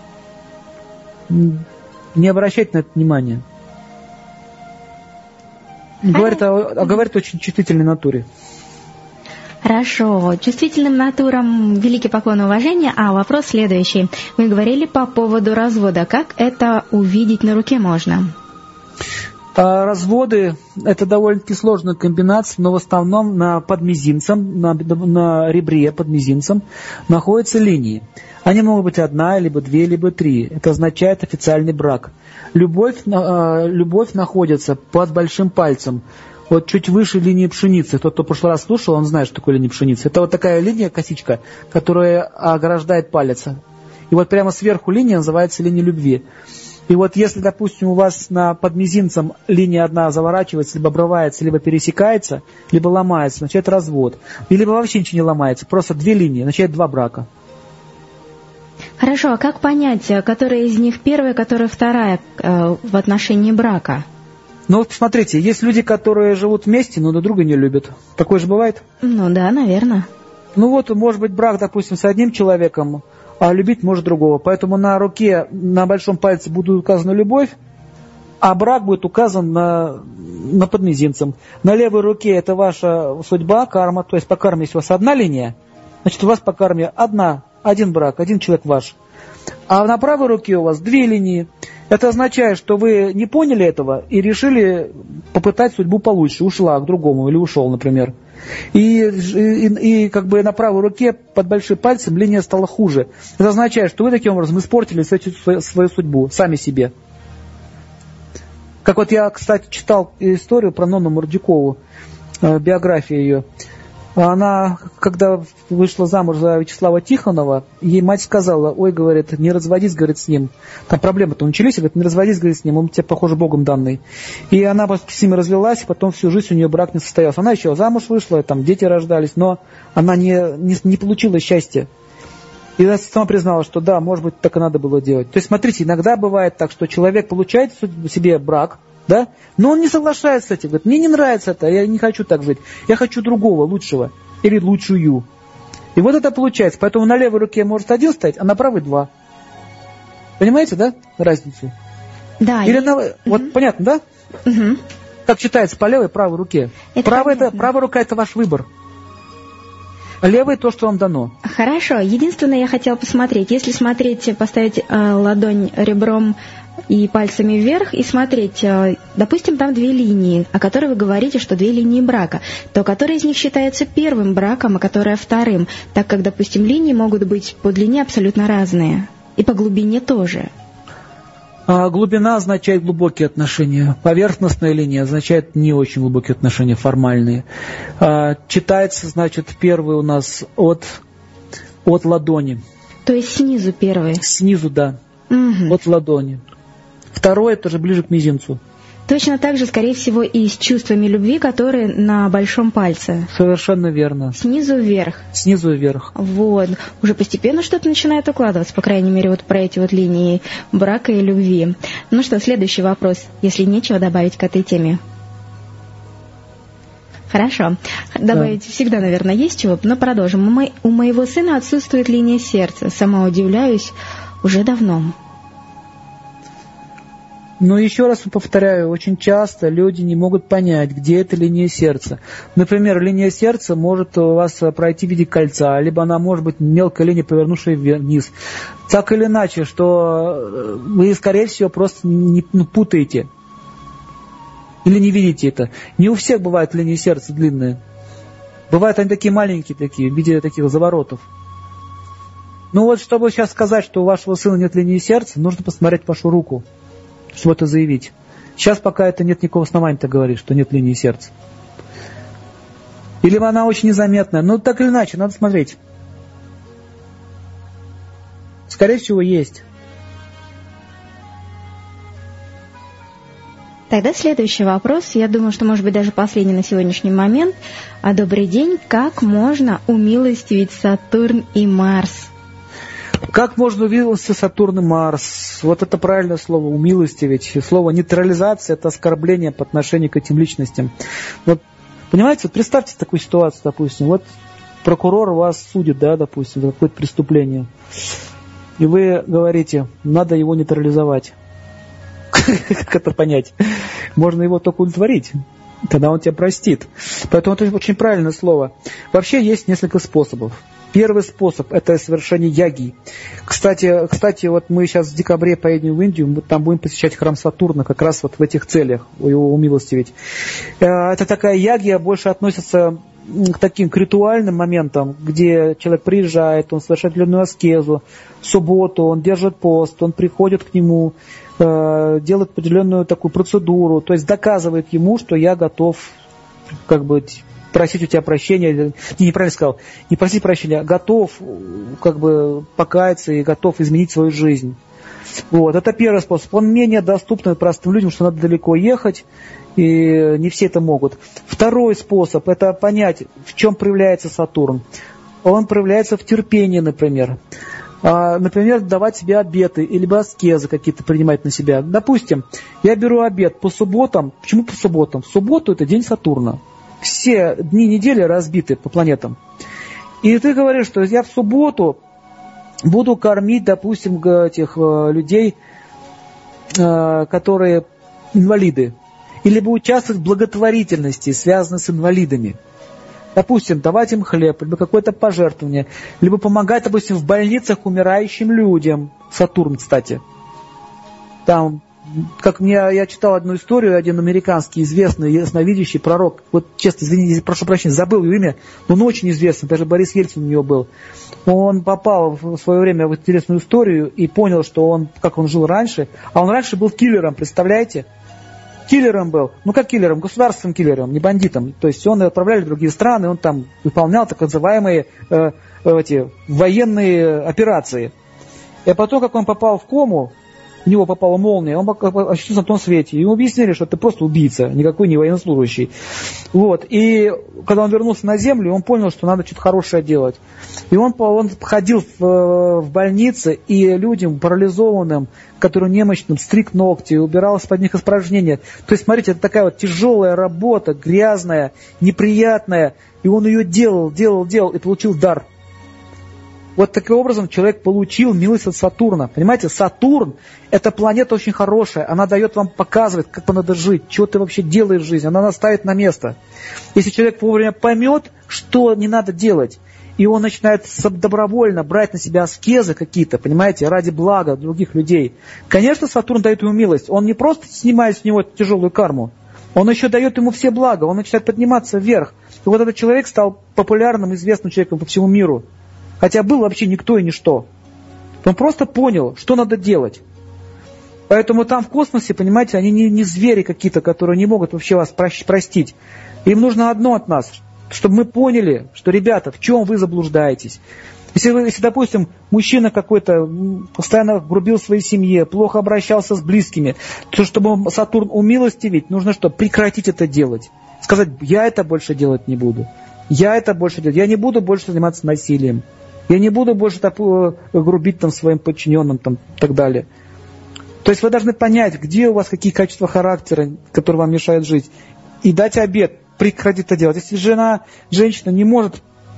Не обращайте на это внимания. Говорит о очень чувствительной натуре. Хорошо. Чувствительным натурам великий поклон и уважение. А вопрос следующий. Вы говорили по поводу развода. Как это увидеть на руке можно? Разводы – это довольно-таки сложная комбинация, но в основном под мизинцем, на ребре под мизинцем находятся линии. Они могут быть одна, либо две, либо три. Это означает официальный брак. Любовь находится под большим пальцем, вот чуть выше линии пшеницы. Тот, кто в прошлый раз слушал, он знает, что такое линия пшеницы. Это вот такая линия, косичка, которая ограждает палец. И вот прямо сверху линия называется линия любви. И вот если, допустим, у вас под мизинцем линия одна заворачивается, либо обрывается, либо пересекается, либо ломается, значит развод. И либо вообще ничего не ломается, просто две линии, значит два брака. Хорошо, а как понять, которая из них первая, которая вторая в отношении брака? Ну вот смотрите, есть люди, которые живут вместе, но друг друга не любят. Такое же бывает? Ну да, наверное. Ну вот, может быть, брак, допустим, с одним человеком, а любить может другого. Поэтому на руке, на большом пальце будет указана любовь, а брак будет указан на подмизинцем. На левой руке это ваша судьба, карма. То есть по карме, если у вас одна линия, значит у вас по карме один брак, один человек ваш. А на правой руке у вас две линии. Это означает, что вы не поняли этого и решили попытать судьбу получше. Ушла к другому или ушел, например. И как бы на правой руке под большим пальцем линия стала хуже. Это означает, что вы таким образом испортили свою судьбу, сами себе. Как вот я, кстати, читал историю про Нонну Мордюкову, биографию ее. Она, когда вышла замуж за Вячеслава Тихонова, ей мать сказала: ой, говорит, не разводись, говорит, с ним. Там проблемы-то начались, говорит, не разводись, говорит, с ним, он тебе, похоже, Богом данный. И она с ними развелась, и потом всю жизнь у нее брак не состоялся. Она еще замуж вышла, там дети рождались, но она не получила счастья. И она сама признала, что да, может быть, так и надо было делать. То есть, смотрите, иногда бывает так, что человек получает себе брак, да? Но он не соглашается с этим, говорит, мне не нравится это, я не хочу так жить, я хочу другого, лучшего, или лучшую. И вот это получается, поэтому на левой руке может один стоять, а на правой два. Понимаете, да, разницу? Да. Или вот понятно, да? Угу. Как читается по левой и правой руке. Правая рука – это ваш выбор. А левая – то, что вам дано. Хорошо. Единственное, я хотела посмотреть, если поставить ладонь ребром и пальцами вверх и смотреть, допустим, там две линии, о которой вы говорите, что две линии брака, то которая из них считается первым браком, а которая вторым, так как, допустим, линии могут быть по длине абсолютно разные, и по глубине тоже. Глубина означает глубокие отношения. Поверхностная линия означает не очень глубокие отношения, формальные. Читается, значит, первый у нас от ладони. То есть снизу первый? Снизу, да. Угу. От ладони. Второй – это же ближе к мизинцу. Точно так же, скорее всего, и с чувствами любви, которые на большом пальце. Совершенно верно. Снизу вверх. Снизу вверх. Вот. Уже постепенно что-то начинает укладываться, по крайней мере, вот про эти вот линии брака и любви. Ну что, следующий вопрос, если нечего добавить к этой теме. Хорошо. Добавить всегда, наверное, есть чего, но продолжим. У моего сына отсутствует линия сердца. Сама удивляюсь уже давно. Но еще раз повторяю, очень часто люди не могут понять, где эта линия сердца. Например, линия сердца может у вас пройти в виде кольца, либо она может быть мелкая линия, повернувшая вниз. Так или иначе, что вы, скорее всего, просто не путаете. Или не видите это. Не у всех бывают линии сердца длинные. Бывают они такие маленькие, в виде таких заворотов. Ну вот, чтобы сейчас сказать, что у вашего сына нет линии сердца, нужно посмотреть вашу руку, чтобы это заявить. Сейчас пока это нет никакого основания так говорить, что нет линии сердца. Или она очень незаметная. Ну, так или иначе, надо смотреть. Скорее всего, есть. Тогда следующий вопрос, я думаю, что, может быть, даже последний на сегодняшний момент. Добрый день, как можно умилостивить Сатурн и Марс? Как можно умилостивить Сатурн и Марс? Вот это правильное слово, умилостивить. Слово нейтрализация – это оскорбление по отношению к этим личностям. Вот, понимаете, вот представьте такую ситуацию, допустим, вот прокурор вас судит, да, допустим, за какое-то преступление, и вы говорите, надо его нейтрализовать. Как это понять? Можно его только удовлетворить, тогда он тебя простит. Поэтому это очень правильное слово. Вообще есть несколько способов. Первый способ – это совершение яги. Кстати, вот мы сейчас в декабре поедем в Индию, мы там будем посещать храм Сатурна как раз вот в этих целях, его умилостивить. Это такая ягия, больше относится к таким к ритуальным моментам, где человек приезжает, он совершает определенную аскезу, в субботу он держит пост, он приходит к нему, делает определенную такую процедуру, то есть доказывает ему, что я готов как бы просить у тебя прощения, неправильно сказал, не просить прощения, а готов как бы покаяться и готов изменить свою жизнь. Вот, это первый способ. Он менее доступный простым людям, что надо далеко ехать, и не все это могут. Второй способ – это понять, в чем проявляется Сатурн. Он проявляется в терпении, например. Например, давать себе обеты или аскезы какие-то принимать на себя. Допустим, я беру обет по субботам. Почему по субботам? В субботу это день Сатурна. Все дни недели разбиты по планетам. И ты говоришь, что я в субботу буду кормить, допустим, этих людей, которые инвалиды. Или буду участвовать в благотворительности, связанной с инвалидами. Допустим, давать им хлеб, либо какое-то пожертвование, либо помогать, допустим, в больницах умирающим людям. Сатурн, кстати. Там, как я читал одну историю, один американский известный ясновидящий пророк, вот честно, извините, прошу прощения, забыл его имя, но он очень известный, даже Борис Ельцин у него был. Он попал в свое время в интересную историю и понял, что как он жил раньше, а он раньше был киллером, представляете? Киллером был. Ну как киллером? Государственным киллером, не бандитом. То есть он отправляли в другие страны, он там выполнял так называемые военные операции. И потом, как он попал в кому, в него попала молния, он очутился на том свете. Ему объяснили, что ты просто убийца, никакой не военнослужащий. Вот. И когда он вернулся на землю, он понял, что надо что-то хорошее делать. И он ходил в больницы и людям парализованным, которым немощным, стриг ногти, убирал из-под них испражнения. То есть, смотрите, это такая вот тяжелая работа, грязная, неприятная. И он ее делал и получил дар. Вот таким образом человек получил милость от Сатурна. Понимаете, Сатурн – это планета очень хорошая. Она дает вам показывать, как вам надо жить, что ты вообще делаешь в жизни. Она нас ставит на место. Если человек вовремя поймет, что не надо делать, и он начинает добровольно брать на себя аскезы какие-то, понимаете, ради блага других людей, конечно, Сатурн дает ему милость. Он не просто снимает с него эту тяжелую карму, он еще дает ему все блага, он начинает подниматься вверх. И вот этот человек стал популярным, известным человеком по всему миру. Хотя был вообще никто и ничто. Он просто понял, что надо делать. Поэтому там в космосе, понимаете, они не звери какие-то, которые не могут вообще вас простить. Им нужно одно от нас, чтобы мы поняли, что, ребята, в чем вы заблуждаетесь. Если, допустим, мужчина какой-то постоянно грубил своей семье, плохо обращался с близкими, то чтобы Сатурн умилостивить, нужно что? Прекратить это делать. Сказать, я это больше делать не буду. Я не буду больше заниматься насилием. Я не буду больше грубить своим подчиненным и так далее. То есть вы должны понять, где у вас какие качества характера, которые вам мешают жить, и дать обет, прекратить это делать. Если женщина не может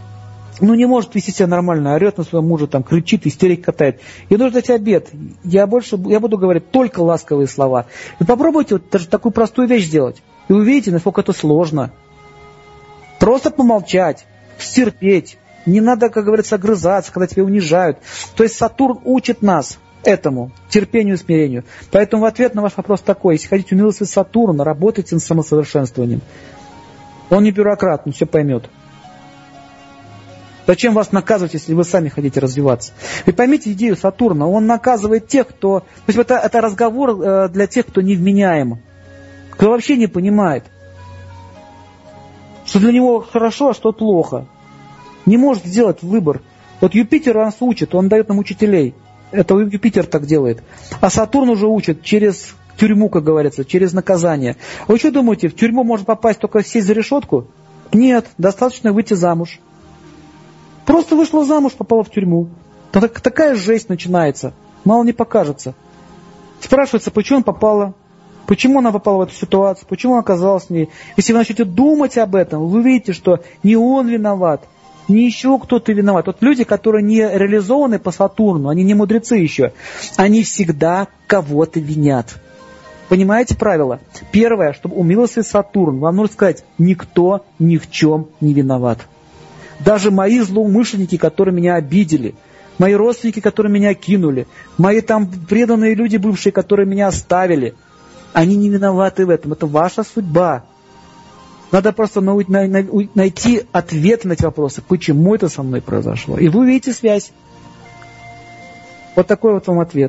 вести себя нормально, орет на своего мужа, кричит, истерик катает, ей нужно дать обет. Я буду говорить только ласковые слова. Вы попробуйте даже такую простую вещь сделать, и увидите, насколько это сложно. Просто помолчать, стерпеть. Не надо, как говорится, огрызаться, когда тебя унижают. То есть Сатурн учит нас этому, терпению и смирению. Поэтому в ответ на ваш вопрос такой: если хотите умилостивить Сатурна, работайте над самосовершенствованием. Он не бюрократ, он все поймет. Зачем вас наказывать, если вы сами хотите развиваться? Вы поймите идею Сатурна. Он наказывает тех, кто... То есть это разговор для тех, кто невменяем, кто вообще не понимает, что для него хорошо, а что плохо. Не может сделать выбор. Вот Юпитер нас учит, он дает нам учителей. Это Юпитер так делает. А Сатурн уже учит через тюрьму, как говорится, через наказание. Вы что думаете, в тюрьму можно попасть только сесть за решетку? Нет, достаточно выйти замуж. Просто вышла замуж, попала в тюрьму. Такая жесть начинается, мало не покажется. Спрашивается, почему она попала? Почему она попала в эту ситуацию? Почему она оказалась в ней? Если вы начнете думать об этом, вы увидите, что не он виноват, не еще кто-то виноват. Вот люди, которые не реализованы по Сатурну, они не мудрецы еще, они всегда кого-то винят. Понимаете правило? Первое, чтобы умилостивить Сатурн, вам нужно сказать, никто ни в чем не виноват. Даже мои злоумышленники, которые меня обидели, мои родственники, которые меня кинули, мои там преданные люди бывшие, которые меня оставили, они не виноваты в этом. Это ваша судьба. Надо просто найти ответ на эти вопросы, почему это со мной произошло. И вы увидите связь. Вот такой вот вам ответ.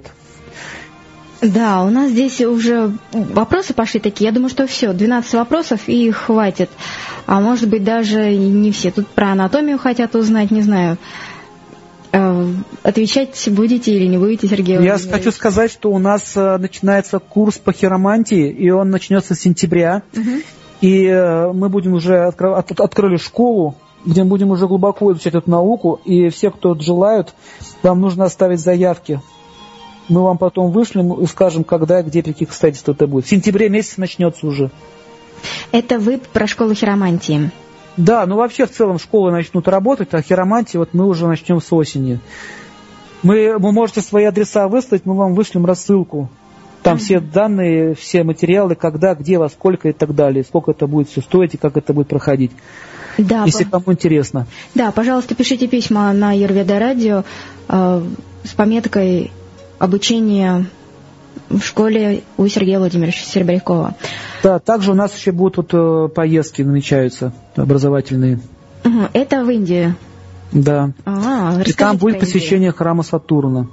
Да, у нас здесь уже вопросы пошли такие. Я думаю, что все, 12 вопросов и хватит. А может быть, даже не все. Тут про анатомию хотят узнать, не знаю. Отвечать будете или не будете, Сергей Владимирович? Я хочу сказать, что у нас начинается курс по хиромантии, и он начнется с сентября. И мы будем уже открыли школу, где мы будем уже глубоко изучать эту науку. И все, кто желают, вам нужно оставить заявки. Мы вам потом вышлем и скажем, когда, где, при каких обстоятельствах это будет. В сентябре месяце начнется уже. Это вы про школу хиромантии? Да, ну вообще в целом школы начнут работать, а хиромантии вот мы уже начнем с осени. Вы можете свои адреса выслать, мы вам вышлем рассылку. Там все данные, все материалы, когда, где, во сколько и так далее. Сколько это будет все стоить и как это будет проходить. Да, если кому интересно. Да, пожалуйста, пишите письма на Аюрведа радио с пометкой «Обучение в школе у Сергея Владимировича Серебрякова». Да, также у нас еще будут вот поездки намечаются образовательные. Это в Индию? Да. И там будет посещение храма Сатурна.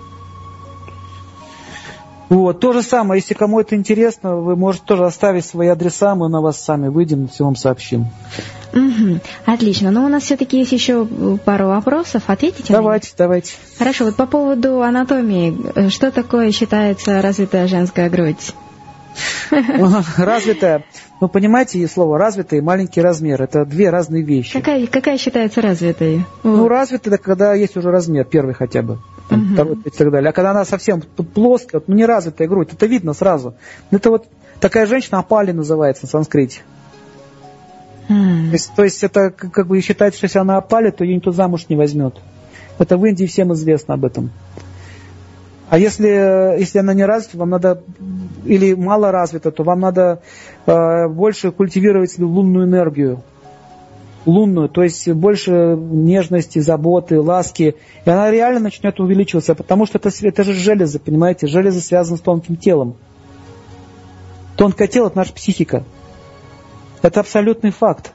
Вот, то же самое, если кому это интересно, вы можете тоже оставить свои адреса, мы на вас сами выйдем, все вам сообщим. Отлично, но у нас все-таки есть еще пару вопросов, ответите? Давайте. Хорошо, вот по поводу анатомии, что такое считается развитая женская грудь? Развитая, ну понимаете слово развитая и маленький размер, это две разные вещи. Какая считается развитой? Ну развитая, это когда есть уже размер, первый хотя бы. Второй, и так далее. А когда она совсем плоская, ну не развитая грудь, это видно сразу. Это вот такая женщина апали называется на санскрите. То есть это как бы считается, что если она апали, то ее никто замуж не возьмет. Это в Индии всем известно об этом. А если она не развита, вам надо, или мало развита, то вам надо больше культивировать лунную энергию. Лунную, то есть больше нежности, заботы, ласки. И она реально начнет увеличиваться, потому что это же железо, понимаете? Железо связано с тонким телом. Тонкое тело – это наша психика. Это абсолютный факт.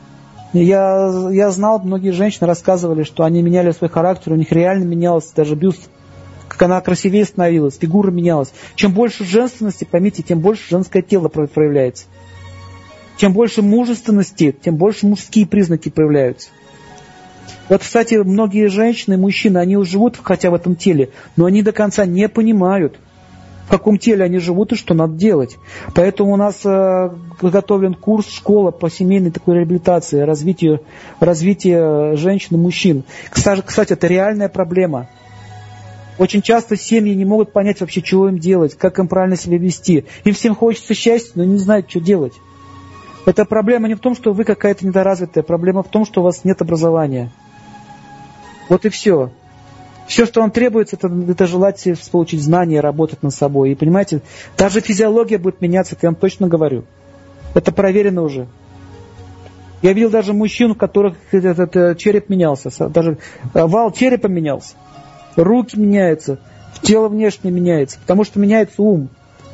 Я знал, многие женщины рассказывали, что они меняли свой характер, у них реально менялся даже бюст, как она красивее становилась, фигура менялась. Чем больше женственности, поймите, тем больше женское тело проявляется. Чем больше мужественности, тем больше мужские признаки проявляются. Вот, кстати, многие женщины и мужчины, они живут хотя в этом теле, но они до конца не понимают, в каком теле они живут и что надо делать. Поэтому у нас подготовлен курс, школа по семейной такой реабилитации, развитию женщин и мужчин. Кстати, это реальная проблема. Очень часто семьи не могут понять вообще, чего им делать, как им правильно себя вести. Им всем хочется счастья, но не знают, что делать. Эта проблема не в том, что вы какая-то недоразвитая, проблема в том, что у вас нет образования. Вот и все. Все, что вам требуется, это желать получить знания, работать над собой. И понимаете, даже физиология будет меняться, это я вам точно говорю. Это проверено уже. Я видел даже мужчин, у которых этот череп менялся, даже вал черепа менялся, руки меняются, тело внешне меняется, потому что меняется ум.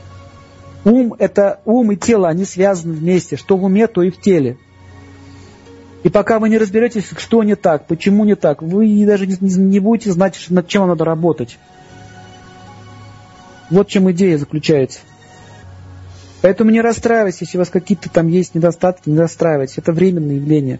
Ум и тело, они связаны вместе. Что в уме, то и в теле. И пока вы не разберетесь, что не так, почему не так, вы даже не будете знать, над чем вам надо работать. Вот в чем идея заключается. Поэтому не расстраивайтесь, если у вас какие-то там есть недостатки, не расстраивайтесь. Это временное явление.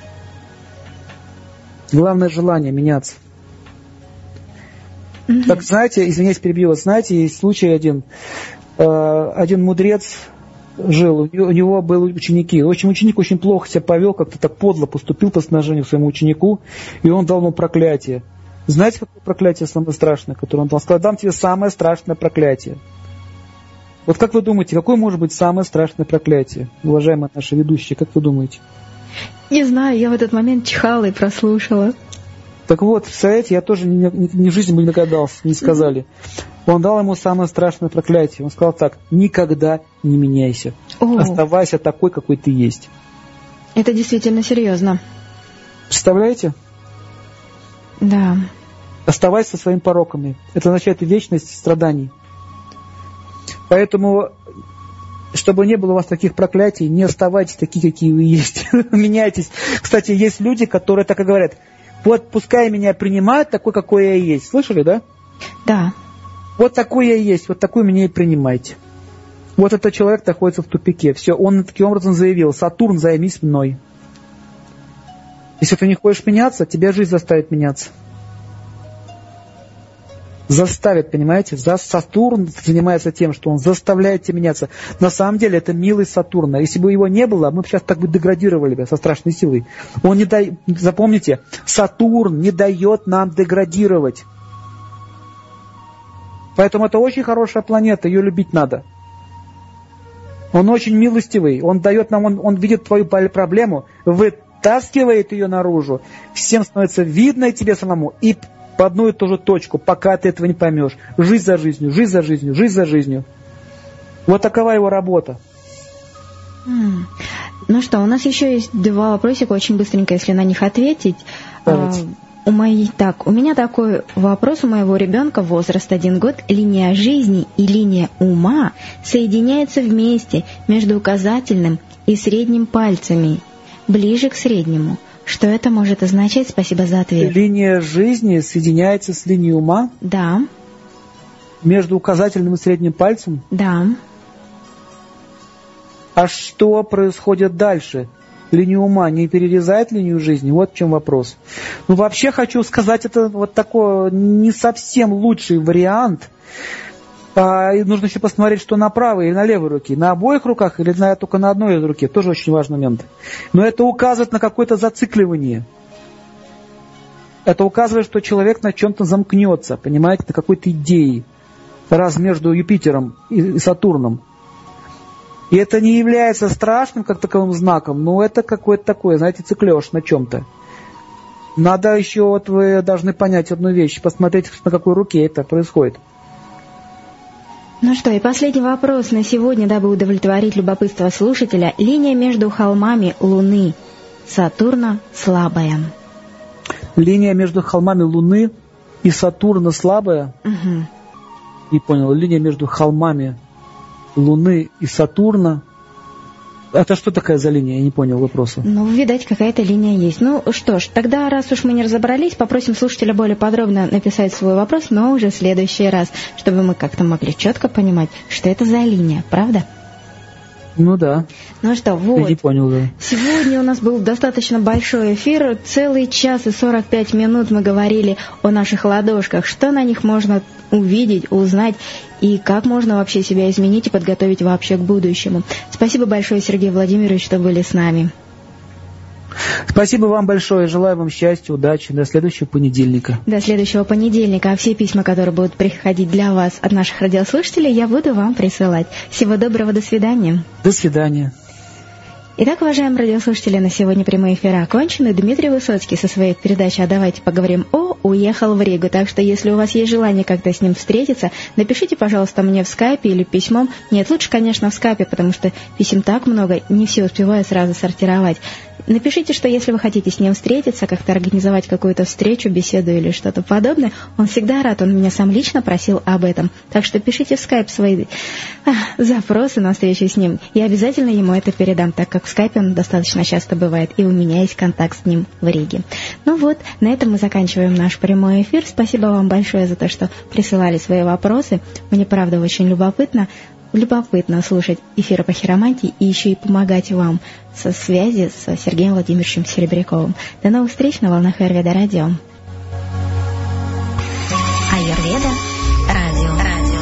Главное желание меняться. Так, знаете, извиняюсь, перебью вас, знаете, есть случай один. один мудрец жил, у него были ученики. В общем, ученик очень плохо себя повел, как-то так подло поступил по сношению к своему ученику, и он дал ему проклятие. Знаете, какое проклятие самое страшное, которое он дал? Он сказал: дам тебе самое страшное проклятие. Вот как вы думаете, какое может быть самое страшное проклятие, уважаемые наши ведущие, как вы думаете? Не знаю, я в этот момент чихала и прослушала. Так вот, представляете, я тоже ни в жизни бы не догадался, не сказали. Он дал ему самое страшное проклятие. Он сказал так: никогда не меняйся. Оставайся такой, какой ты есть. Это действительно серьезно. Представляете? Да. Оставайся со своими пороками. Это означает вечность страданий. Поэтому, чтобы не было у вас таких проклятий, не оставайтесь такие, какие вы есть. Меняйтесь. Кстати, есть люди, которые так и говорят: вот пускай меня принимают такой, какой я есть. Слышали, да? Да. Вот такой я есть, вот такой меня и принимайте. Вот этот человек находится в тупике. Все, он таким образом заявил: Сатурн, займись мной. Если ты не хочешь меняться, тебя жизнь заставит меняться. Заставит, понимаете? Сатурн занимается тем, что он заставляет тебя меняться. На самом деле это милость Сатурна. Если бы его не было, мы бы сейчас так бы деградировали бы со страшной силой. Он не дает, запомните, Сатурн не дает нам деградировать. Поэтому это очень хорошая планета, ее любить надо. Он очень милостивый, он дает нам, он видит твою проблему, вытаскивает ее наружу, всем становится видно тебе самому, и в одну и ту же точку, пока ты этого не поймешь. Жизнь за жизнью, жизнь за жизнью, жизнь за жизнью. Вот такова его работа. Ну что, у нас еще есть 2 вопросика, очень быстренько, если на них ответить. У меня такой вопрос. У моего ребенка, возраст 1 год, линия жизни и линия ума соединяются вместе между указательным и средним пальцами, ближе к среднему. Что это может означать? Спасибо за ответ. Линия жизни соединяется с линией ума? Да. Между указательным и средним пальцем? Да. А что происходит дальше? Линию ума не перерезает линию жизни? Вот в чем вопрос. Ну, вообще хочу сказать, это вот такой не совсем лучший вариант. И нужно еще посмотреть, что на правой или на левой руке. На обоих руках или только на одной руке. Тоже очень важный момент. Но это указывает на какое-то зацикливание. Это указывает, что человек на чем-то замкнется, понимаете, на какой-то идее. Раз между Юпитером и Сатурном. И это не является страшным как таковым знаком, но это какое-то такое, знаете, циклёж на чем-то. Надо еще, вот вы должны понять одну вещь, посмотреть, на какой руке это происходит. Ну что, и последний вопрос на сегодня, дабы удовлетворить любопытство слушателя. Линия между холмами Луны Сатурна слабая. Линия между холмами Луны и Сатурна слабая? Угу. Не понял. Линия между холмами Луны и Сатурна. Это что такая за линия? Я не понял вопроса. Ну, видать, какая-то линия есть. Ну что ж, тогда, раз уж мы не разобрались, попросим слушателя более подробно написать свой вопрос, но уже в следующий раз, чтобы мы как-то могли четко понимать, что это за линия, правда? Ну да. Ну что, вот. Я не понял, да. Сегодня у нас был достаточно большой эфир. Целый час и 45 минут мы говорили о наших ладошках. Что на них можно увидеть, узнать и как можно вообще себя изменить и подготовить вообще к будущему. Спасибо большое, Сергей Владимирович, что были с нами. Спасибо вам большое. Желаю вам счастья, удачи. До следующего понедельника. До следующего понедельника. А все письма, которые будут приходить для вас от наших радиослушателей, я буду вам присылать. Всего доброго. До свидания. До свидания. Итак, уважаемые радиослушатели, на сегодня прямой эфир окончен. Дмитрий Высоцкий со своей передачей «А давайте поговорим о» уехал в Ригу. Так что, если у вас есть желание как-то с ним встретиться, напишите, пожалуйста, мне в скайпе или письмом. Нет, лучше, конечно, в скайпе, потому что писем так много, не все успеваю сразу сортировать. Напишите, что если вы хотите с ним встретиться, как-то организовать какую-то встречу, беседу или что-то подобное, он всегда рад, он меня сам лично просил об этом. Так что пишите в скайп свои запросы на встречу с ним. Я обязательно ему это передам, так как в скайпе он достаточно часто бывает, и у меня есть контакт с ним в Риге. Ну вот, на этом мы заканчиваем наш прямой эфир. Спасибо вам большое за то, что присылали свои вопросы. Мне, правда, очень любопытно слушать эфиры по хиромантии и еще и помогать вам со связи с Сергеем Владимировичем Серебряковым. До новых встреч на волнах Аюрведа Радио. Аюрведа Радио.